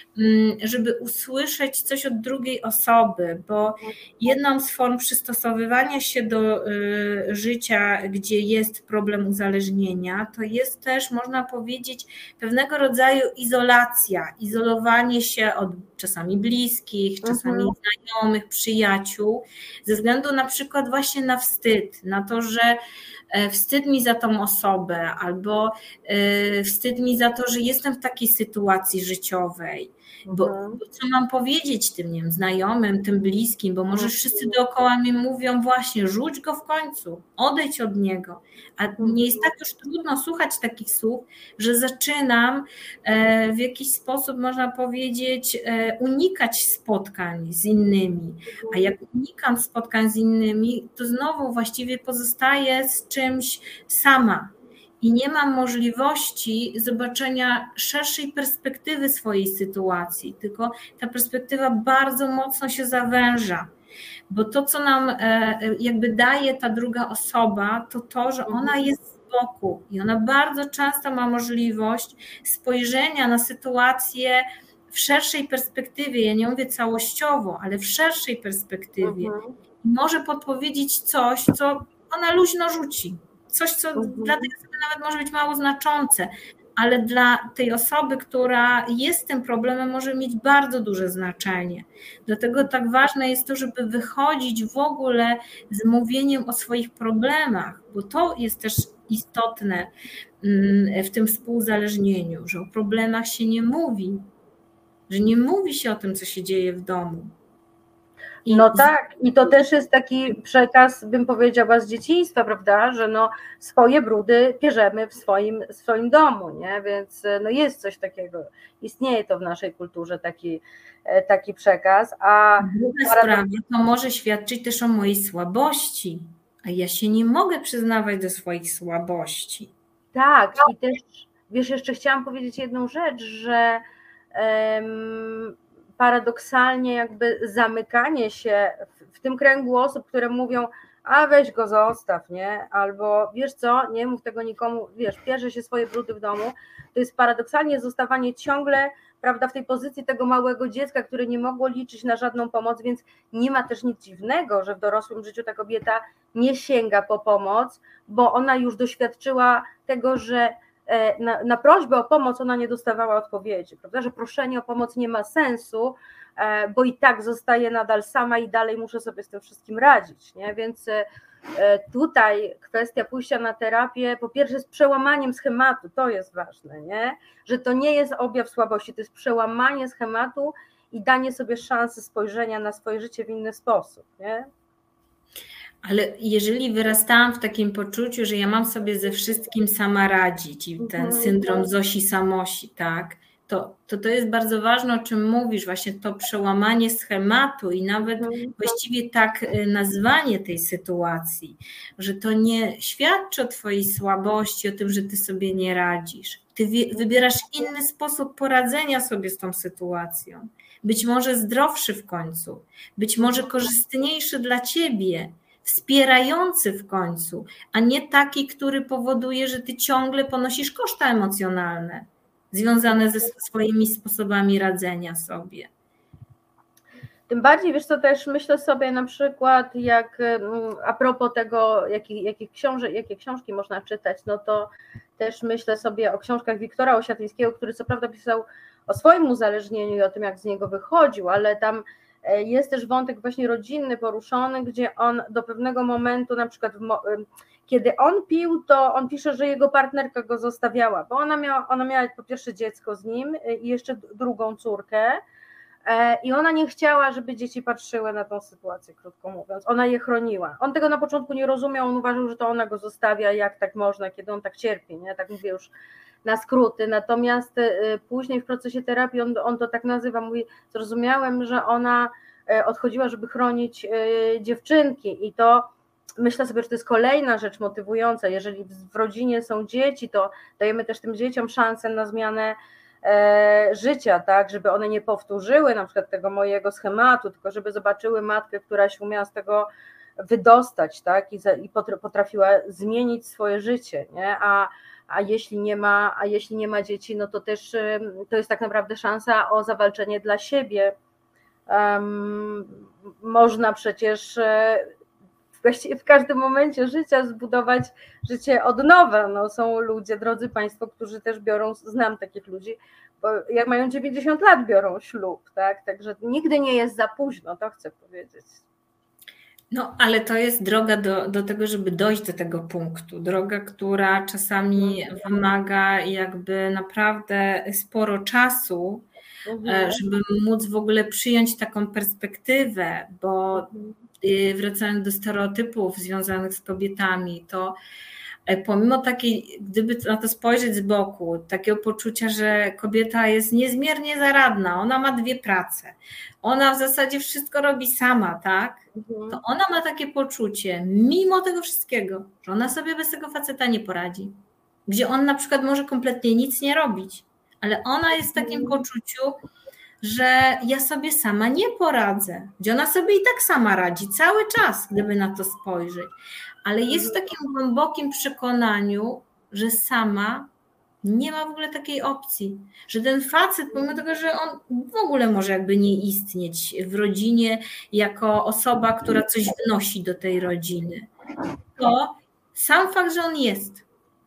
żeby usłyszeć coś od drugiej osoby, bo jedną z form przystosowywania się do życia, gdzie jest problem uzależnienia, to jest też, można powiedzieć, pewnego rodzaju izolacja, izolowanie się od czasami bliskich, czasami znajomych, przyjaciół, ze względu na przykład właśnie na wstyd, na to, że wstyd mi za tą osobę, albo wstyd mi za to, że jestem w takiej sytuacji życiowej. Bo co mam powiedzieć tym, nie wiem, znajomym, tym bliskim, bo może wszyscy dookoła mi mówią właśnie, rzuć go w końcu, odejdź od niego, a nie jest tak już trudno słuchać takich słów, że zaczynam w jakiś sposób, można powiedzieć, unikać spotkań z innymi, a jak unikam spotkań z innymi, to znowu właściwie pozostaję z czymś sama. I nie mam możliwości zobaczenia szerszej perspektywy swojej sytuacji, tylko ta perspektywa bardzo mocno się zawęża, bo to, co nam jakby daje ta druga osoba, to to, że ona jest z boku i ona bardzo często ma możliwość spojrzenia na sytuację w szerszej perspektywie, ja nie mówię całościowo, ale w szerszej perspektywie. I może podpowiedzieć coś, co ona luźno rzuci. Coś, co dla tej osoby nawet może być mało znaczące, ale dla tej osoby, która jest z tym problemem, może mieć bardzo duże znaczenie. Dlatego tak ważne jest to, żeby wychodzić w ogóle z mówieniem o swoich problemach, bo to jest też istotne w tym współuzależnieniu, że o problemach się nie mówi, że nie mówi się o tym, co się dzieje w domu. No tak, i to też jest taki przekaz, bym powiedziała, z dzieciństwa, prawda, że no swoje brudy pierzemy w swoim domu, nie? Więc no jest coś takiego, istnieje to w naszej kulturze, taki przekaz. A druga sprawa, to może świadczyć też o mojej słabości, a ja się nie mogę przyznawać do swoich słabości. Tak, i też, wiesz, jeszcze chciałam powiedzieć jedną rzecz, że paradoksalnie jakby zamykanie się w tym kręgu osób, które mówią, a weź go zostaw, nie? Albo wiesz co, nie mów tego nikomu, wiesz, pierze się swoje brudy w domu, to jest paradoksalnie zostawanie ciągle, prawda, w tej pozycji tego małego dziecka, które nie mogło liczyć na żadną pomoc, więc nie ma też nic dziwnego, że w dorosłym życiu ta kobieta nie sięga po pomoc, bo ona już doświadczyła tego, że na prośbę o pomoc ona nie dostawała odpowiedzi, prawda, że proszenie o pomoc nie ma sensu, bo i tak zostaje nadal sama i dalej muszę sobie z tym wszystkim radzić, nie? Więc tutaj kwestia pójścia na terapię po pierwsze jest przełamaniem schematu, to jest ważne, nie? Że to nie jest objaw słabości, to jest przełamanie schematu i danie sobie szansy spojrzenia na swoje życie w inny sposób, nie? Ale jeżeli wyrastałam w takim poczuciu, że ja mam sobie ze wszystkim sama radzić i ten syndrom Zosi Samosi, tak, to jest bardzo ważne, o czym mówisz, właśnie to przełamanie schematu i nawet właściwie tak nazwanie tej sytuacji, że to nie świadczy o twojej słabości, o tym, że ty sobie nie radzisz. Ty wybierasz inny sposób poradzenia sobie z tą sytuacją. Być może zdrowszy w końcu, być może korzystniejszy dla ciebie, wspierający w końcu, a nie taki, który powoduje, że ty ciągle ponosisz koszta emocjonalne związane ze swoimi sposobami radzenia sobie. Tym bardziej, wiesz co, też myślę sobie na przykład, jak a propos tego, jakie książki można czytać, no to też myślę sobie o książkach Wiktora Osiatyńskiego, który co prawda pisał o swoim uzależnieniu i o tym, jak z niego wychodził, ale tam jest też wątek właśnie rodzinny poruszony, gdzie on do pewnego momentu, na przykład kiedy on pił, to on pisze, że jego partnerka go zostawiała, bo ona miała po pierwsze dziecko z nim i jeszcze drugą córkę, i ona nie chciała, żeby dzieci patrzyły na tą sytuację, krótko mówiąc. Ona je chroniła. On tego na początku nie rozumiał, on uważał, że to ona go zostawia, jak tak można, kiedy on tak cierpi, nie? Tak mówię już na skróty. Natomiast później w procesie terapii on to tak nazywa, mówi, zrozumiałem, że ona odchodziła, żeby chronić dziewczynki, i to myślę sobie, że to jest kolejna rzecz motywująca. Jeżeli w rodzinie są dzieci, to dajemy też tym dzieciom szansę na zmianę życia, tak, żeby one nie powtórzyły na przykład tego mojego schematu, tylko żeby zobaczyły matkę, która się umiała z tego wydostać, tak, i potrafiła zmienić swoje życie, nie? A jeśli nie ma dzieci, no to też to jest tak naprawdę szansa o zawalczenie dla siebie. Można przecież właściwie w każdym momencie życia zbudować życie od nowa. No, są ludzie, drodzy Państwo, którzy też znam takich ludzi, bo jak mają 90 lat, biorą ślub, tak? Także nigdy nie jest za późno, to chcę powiedzieć. No, ale to jest droga do tego, żeby dojść do tego punktu. Droga, która czasami wymaga jakby naprawdę sporo czasu, żeby móc w ogóle przyjąć taką perspektywę, bo wracając do stereotypów związanych z kobietami, to pomimo takiej, gdyby na to spojrzeć z boku, takiego poczucia, że kobieta jest niezmiernie zaradna, ona ma 2 prace, ona w zasadzie wszystko robi sama, tak? To ona ma takie poczucie, mimo tego wszystkiego, że ona sobie bez tego faceta nie poradzi, gdzie on na przykład może kompletnie nic nie robić, ale ona jest w takim poczuciu, że ja sobie sama nie poradzę, gdzie ona sobie i tak sama radzi cały czas, gdyby na to spojrzeć, ale jest w takim głębokim przekonaniu, że sama nie ma w ogóle takiej opcji, że ten facet, pomimo tego, że on w ogóle może jakby nie istnieć w rodzinie jako osoba, która coś wnosi do tej rodziny, to sam fakt, że on jest.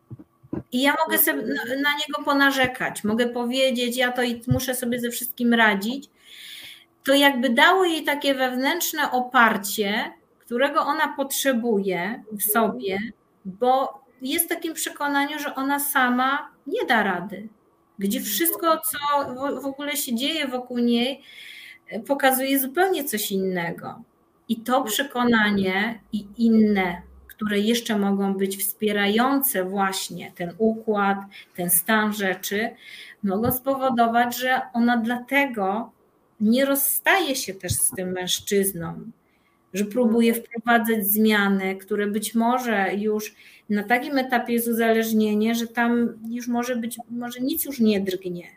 I ja mogę sobie na niego ponarzekać, mogę powiedzieć, ja to i muszę sobie ze wszystkim radzić, to jakby dało jej takie wewnętrzne oparcie, którego ona potrzebuje w sobie, bo jest w takim przekonaniu, że ona sama nie da rady, gdzie wszystko, co w ogóle się dzieje wokół niej, pokazuje zupełnie coś innego. I to przekonanie i inne, które jeszcze mogą być wspierające właśnie ten układ, ten stan rzeczy, mogą spowodować, że ona dlatego nie rozstaje się też z tym mężczyzną, że próbuje wprowadzać zmiany, które być może już na takim etapie jest uzależnienie, że tam już może nic już nie drgnie.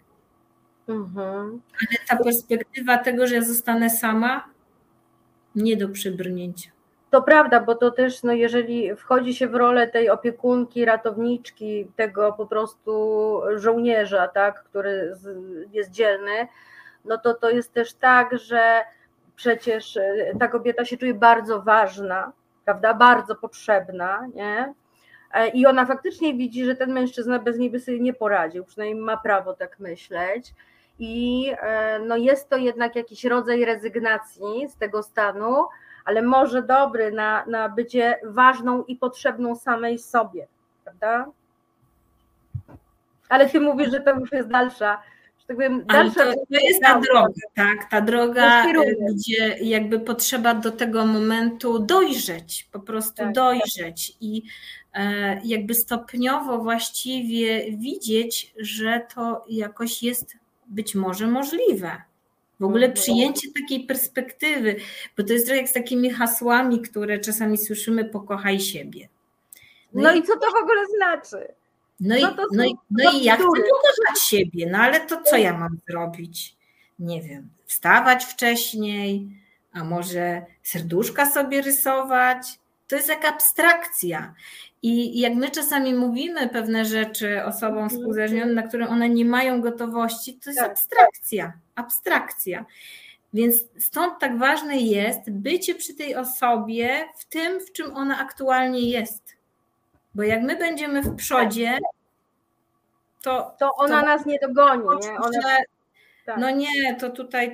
Ale ta perspektywa tego, że ja zostanę sama, nie do przybrnięcia. To prawda, bo to też, no jeżeli wchodzi się w rolę tej opiekunki, ratowniczki, tego po prostu żołnierza, tak, który jest dzielny, no to jest też tak, że przecież ta kobieta się czuje bardzo ważna, prawda, bardzo potrzebna, nie? I ona faktycznie widzi, że ten mężczyzna bez niej by sobie nie poradził, przynajmniej ma prawo tak myśleć. I no jest to jednak jakiś rodzaj rezygnacji z tego stanu, ale może dobry na bycie ważną i potrzebną samej sobie, prawda? Ale ty mówisz, że to już jest dalsza. Tak powiem, dalsza to jest ta droga, tak? Ta droga, gdzie jakby potrzeba do tego momentu dojrzeć, po prostu dojrzeć i jakby stopniowo właściwie widzieć, że to jakoś jest być może możliwe. W ogóle przyjęcie takiej perspektywy, bo to jest trochę jak z takimi hasłami, które czasami słyszymy, pokochaj siebie. No i co to w ogóle znaczy? No i ja chcę pokochać siebie, no ale to co ja mam zrobić? Nie wiem, wstawać wcześniej, a może serduszka sobie rysować? To jest jak abstrakcja. I jak my czasami mówimy pewne rzeczy osobom współuzależnionym, na które one nie mają gotowości, to jest abstrakcja. Więc stąd tak ważne jest bycie przy tej osobie w tym, w czym ona aktualnie jest. Bo jak my będziemy w przodzie, to ona nas nie dogoni. Nie? no nie, to tutaj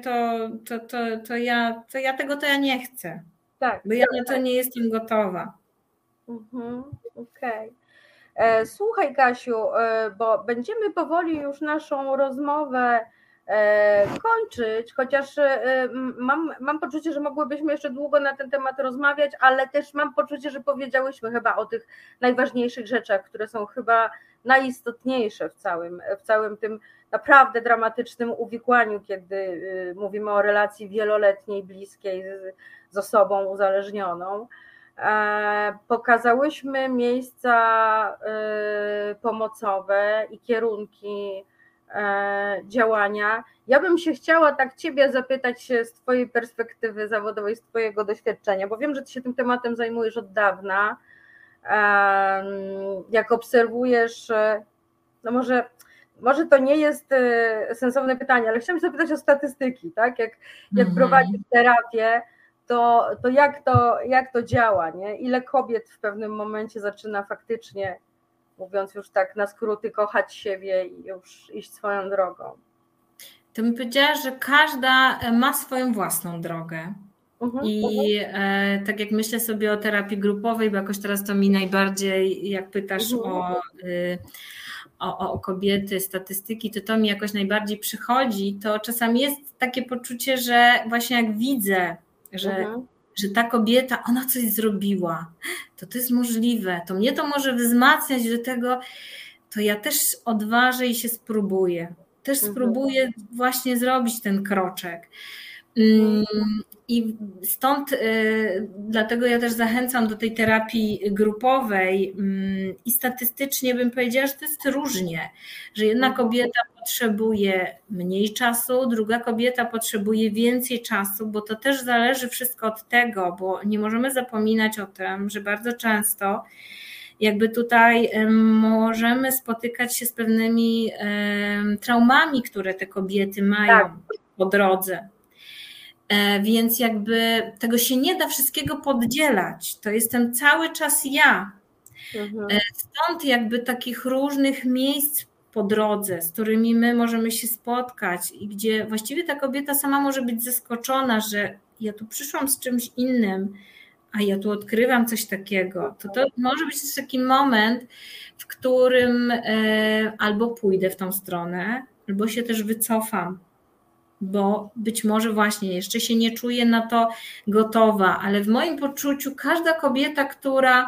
to ja tego to ja nie chcę. Tak. Bo ja na to nie jestem gotowa. Okej. Słuchaj, Kasiu, bo będziemy powoli już naszą rozmowę kończyć, chociaż mam poczucie, że mogłybyśmy jeszcze długo na ten temat rozmawiać, ale też mam poczucie, że powiedziałyśmy chyba o tych najważniejszych rzeczach, które są chyba najistotniejsze w całym tym naprawdę dramatycznym uwikłaniu, kiedy mówimy o relacji wieloletniej, bliskiej z osobą uzależnioną. Pokazałyśmy miejsca pomocowe i kierunki działania. Ja bym się chciała tak Ciebie zapytać z Twojej perspektywy zawodowej, z Twojego doświadczenia, bo wiem, że Ty się tym tematem zajmujesz od dawna. Jak obserwujesz, no może to nie jest sensowne pytanie, ale chciałam zapytać o statystyki, tak? Jak prowadzisz terapię, to jak to działa, nie? Ile kobiet w pewnym momencie zaczyna faktycznie, mówiąc już tak na skróty, kochać siebie i już iść swoją drogą? To bym powiedziała, że każda ma swoją własną drogę. I tak jak myślę sobie o terapii grupowej, bo jakoś teraz to mi najbardziej, jak pytasz o kobiety, statystyki, to mi jakoś najbardziej przychodzi, to czasami jest takie poczucie, że właśnie jak widzę, że ta kobieta, ona coś zrobiła, to jest możliwe, to mnie to może wzmacniać do tego, to ja też odważę i się spróbuję. Też spróbuję właśnie zrobić ten kroczek. I stąd dlatego ja też zachęcam do tej terapii grupowej i statystycznie bym powiedziała, że to jest różnie, że jedna kobieta potrzebuje mniej czasu, druga kobieta potrzebuje więcej czasu, bo to też zależy wszystko od tego, bo nie możemy zapominać o tym, że bardzo często jakby tutaj możemy spotykać się z pewnymi traumami, które te kobiety mają po drodze. Więc jakby tego się nie da wszystkiego poddzielać. To jestem cały czas ja. Stąd jakby takich różnych miejsc po drodze, z którymi my możemy się spotkać i gdzie właściwie ta kobieta sama może być zaskoczona, że ja tu przyszłam z czymś innym, a ja tu odkrywam coś takiego. To może być taki moment, w którym albo pójdę w tą stronę, albo się też wycofam, bo być może właśnie jeszcze się nie czuję na to gotowa, ale w moim poczuciu każda kobieta, która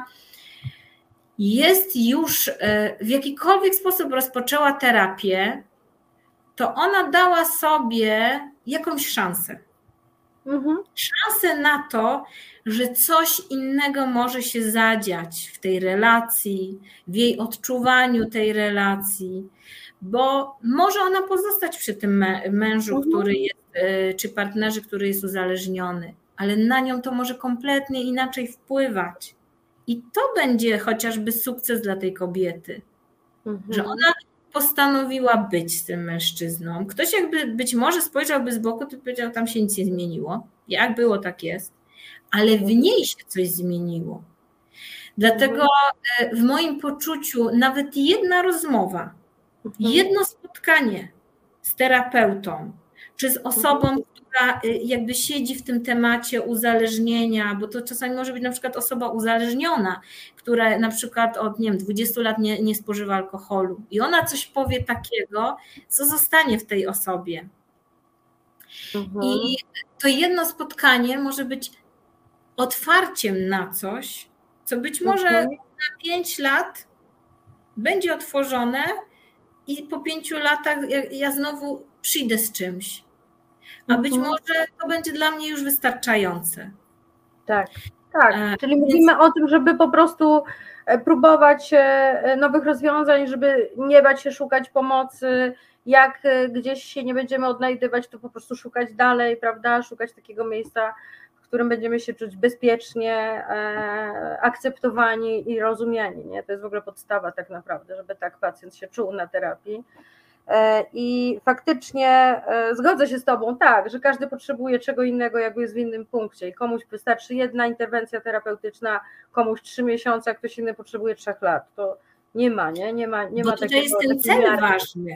jest już w jakikolwiek sposób rozpoczęła terapię, to ona dała sobie jakąś szansę. Szansę na to, że coś innego może się zadziać w tej relacji, w jej odczuwaniu tej relacji, bo może ona pozostać przy tym mężu, który jest, czy partnerze, który jest uzależniony, ale na nią to może kompletnie inaczej wpływać. I to będzie chociażby sukces dla tej kobiety, że ona postanowiła być z tym mężczyzną. Ktoś jakby być może spojrzałby z boku, to powiedział, tam się nic nie zmieniło. Jak było, tak jest. Ale w niej się coś zmieniło. Dlatego w moim poczuciu nawet jedna rozmowa, jedno spotkanie z terapeutą, czy z osobą, która jakby siedzi w tym temacie uzależnienia, bo to czasami może być na przykład osoba uzależniona, która na przykład od 20 lat nie spożywa alkoholu i ona coś powie takiego, co zostanie w tej osobie. I to jedno spotkanie może być otwarciem na coś, co być może na 5 lat będzie otworzone i po 5 latach ja znowu przyjdę z czymś. A być może to będzie dla mnie już wystarczające. Tak. Czyli mówimy o tym, żeby po prostu próbować nowych rozwiązań, żeby nie bać się szukać pomocy. Jak gdzieś się nie będziemy odnajdywać, to po prostu szukać dalej, prawda? Szukać takiego miejsca, w którym będziemy się czuć bezpiecznie, akceptowani i rozumiani. Nie? To jest w ogóle podstawa tak naprawdę, żeby tak pacjent się czuł na terapii. I faktycznie zgodzę się z Tobą, tak, że każdy potrzebuje czego innego, jakby jest w innym punkcie i komuś wystarczy jedna interwencja terapeutyczna, komuś 3 miesiące, a ktoś inny potrzebuje 3 lat. To nie ma Bo tutaj jest ten cel ważny.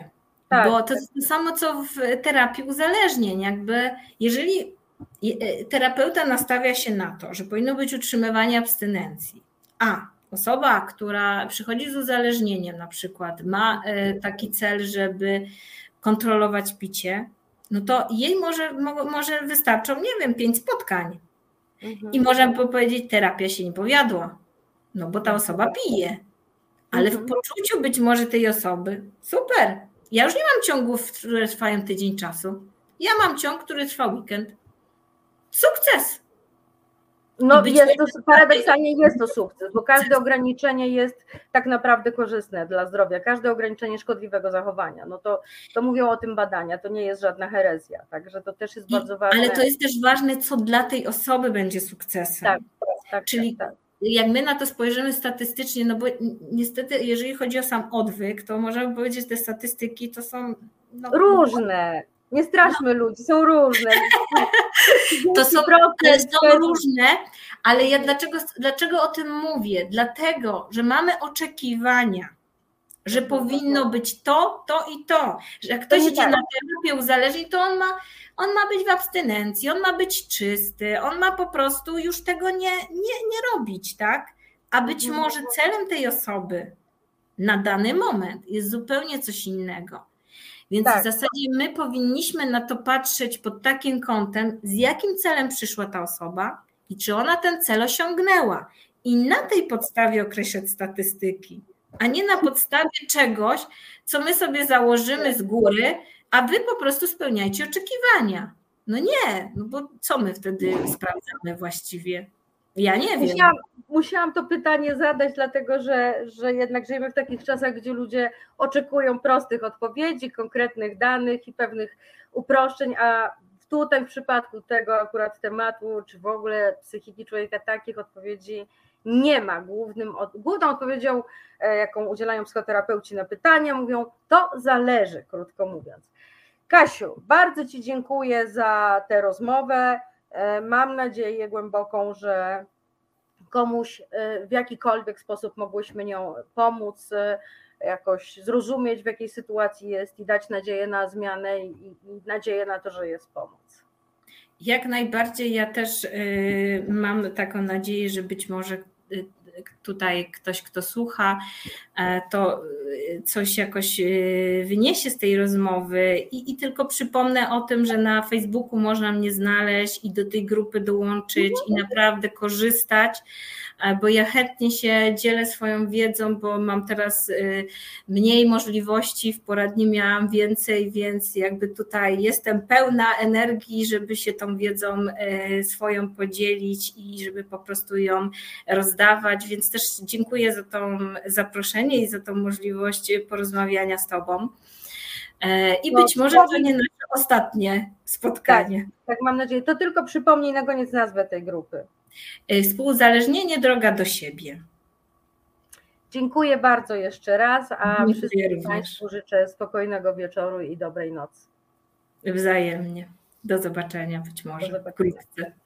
Tak. Bo to jest to samo, co w terapii uzależnień. Jakby jeżeli terapeuta nastawia się na to, że powinno być utrzymywanie abstynencji, a osoba, która przychodzi z uzależnieniem na przykład, ma taki cel, żeby kontrolować picie, no to jej może wystarczą, nie wiem, 5 spotkań. I możemy powiedzieć, terapia się nie powiodła, no bo ta osoba pije. Ale w poczuciu być może tej osoby, super, ja już nie mam ciągów, które trwają tydzień czasu. Ja mam ciąg, który trwa weekend. Sukces! No paradoksalnie jest to sukces, bo każde ograniczenie jest tak naprawdę korzystne dla zdrowia, każde ograniczenie szkodliwego zachowania, no to mówią o tym badania, to nie jest żadna herezja, także to też jest bardzo ważne. Ale to jest też ważne, co dla tej osoby będzie sukcesem. Tak. Czyli jak my na to spojrzymy statystycznie, no bo niestety jeżeli chodzi o sam odwyk, to możemy powiedzieć, że te statystyki to są... różne. Nie straszmy ludzi, są różne. To są różne, ale ja dlaczego o tym mówię? Dlatego, że mamy oczekiwania, że powinno być to i to. Że jak ktoś idzie na terapię uzależnień, to on ma być w abstynencji, on ma być czysty, on ma po prostu już tego nie robić, tak? A być może celem tej osoby na dany moment jest zupełnie coś innego. Więc w zasadzie my powinniśmy na to patrzeć pod takim kątem, z jakim celem przyszła ta osoba i czy ona ten cel osiągnęła. I na tej podstawie określać statystyki, a nie na podstawie czegoś, co my sobie założymy z góry, a wy po prostu spełniajcie oczekiwania. No nie, no bo co my wtedy sprawdzamy właściwie? Ja nie wiem. Musiałam to pytanie zadać, dlatego że jednak żyjemy w takich czasach, gdzie ludzie oczekują prostych odpowiedzi, konkretnych danych i pewnych uproszczeń, a tutaj w przypadku tego akurat tematu, czy w ogóle psychiki człowieka, takich odpowiedzi nie ma. Główną odpowiedzią, jaką udzielają psychoterapeuci na pytania, mówią, to zależy, krótko mówiąc. Kasiu, bardzo Ci dziękuję za tę rozmowę. Mam nadzieję głęboką, że komuś w jakikolwiek sposób mogłyśmy nią pomóc, jakoś zrozumieć, w jakiej sytuacji jest i dać nadzieję na zmianę i nadzieję na to, że jest pomoc. Jak najbardziej, ja też mam taką nadzieję, że być może tutaj ktoś, kto słucha, to coś jakoś wyniesie z tej rozmowy i tylko przypomnę o tym, że na Facebooku można mnie znaleźć i do tej grupy dołączyć i naprawdę korzystać, bo ja chętnie się dzielę swoją wiedzą, bo mam teraz mniej możliwości, w poradni miałam więcej, więc jakby tutaj jestem pełna energii, żeby się tą wiedzą swoją podzielić i żeby po prostu ją rozdawać, więc też dziękuję za to zaproszenie i za tą możliwość porozmawiania z Tobą. I być może to nie nasze ostatnie spotkanie. Tak, mam nadzieję. To tylko przypomnij na koniec nazwę tej grupy. Współuzależnienie, droga do siebie. Dziękuję bardzo jeszcze raz, a wszystkim Państwu życzę spokojnego wieczoru i dobrej nocy. Wzajemnie. Do zobaczenia być może wkrótce.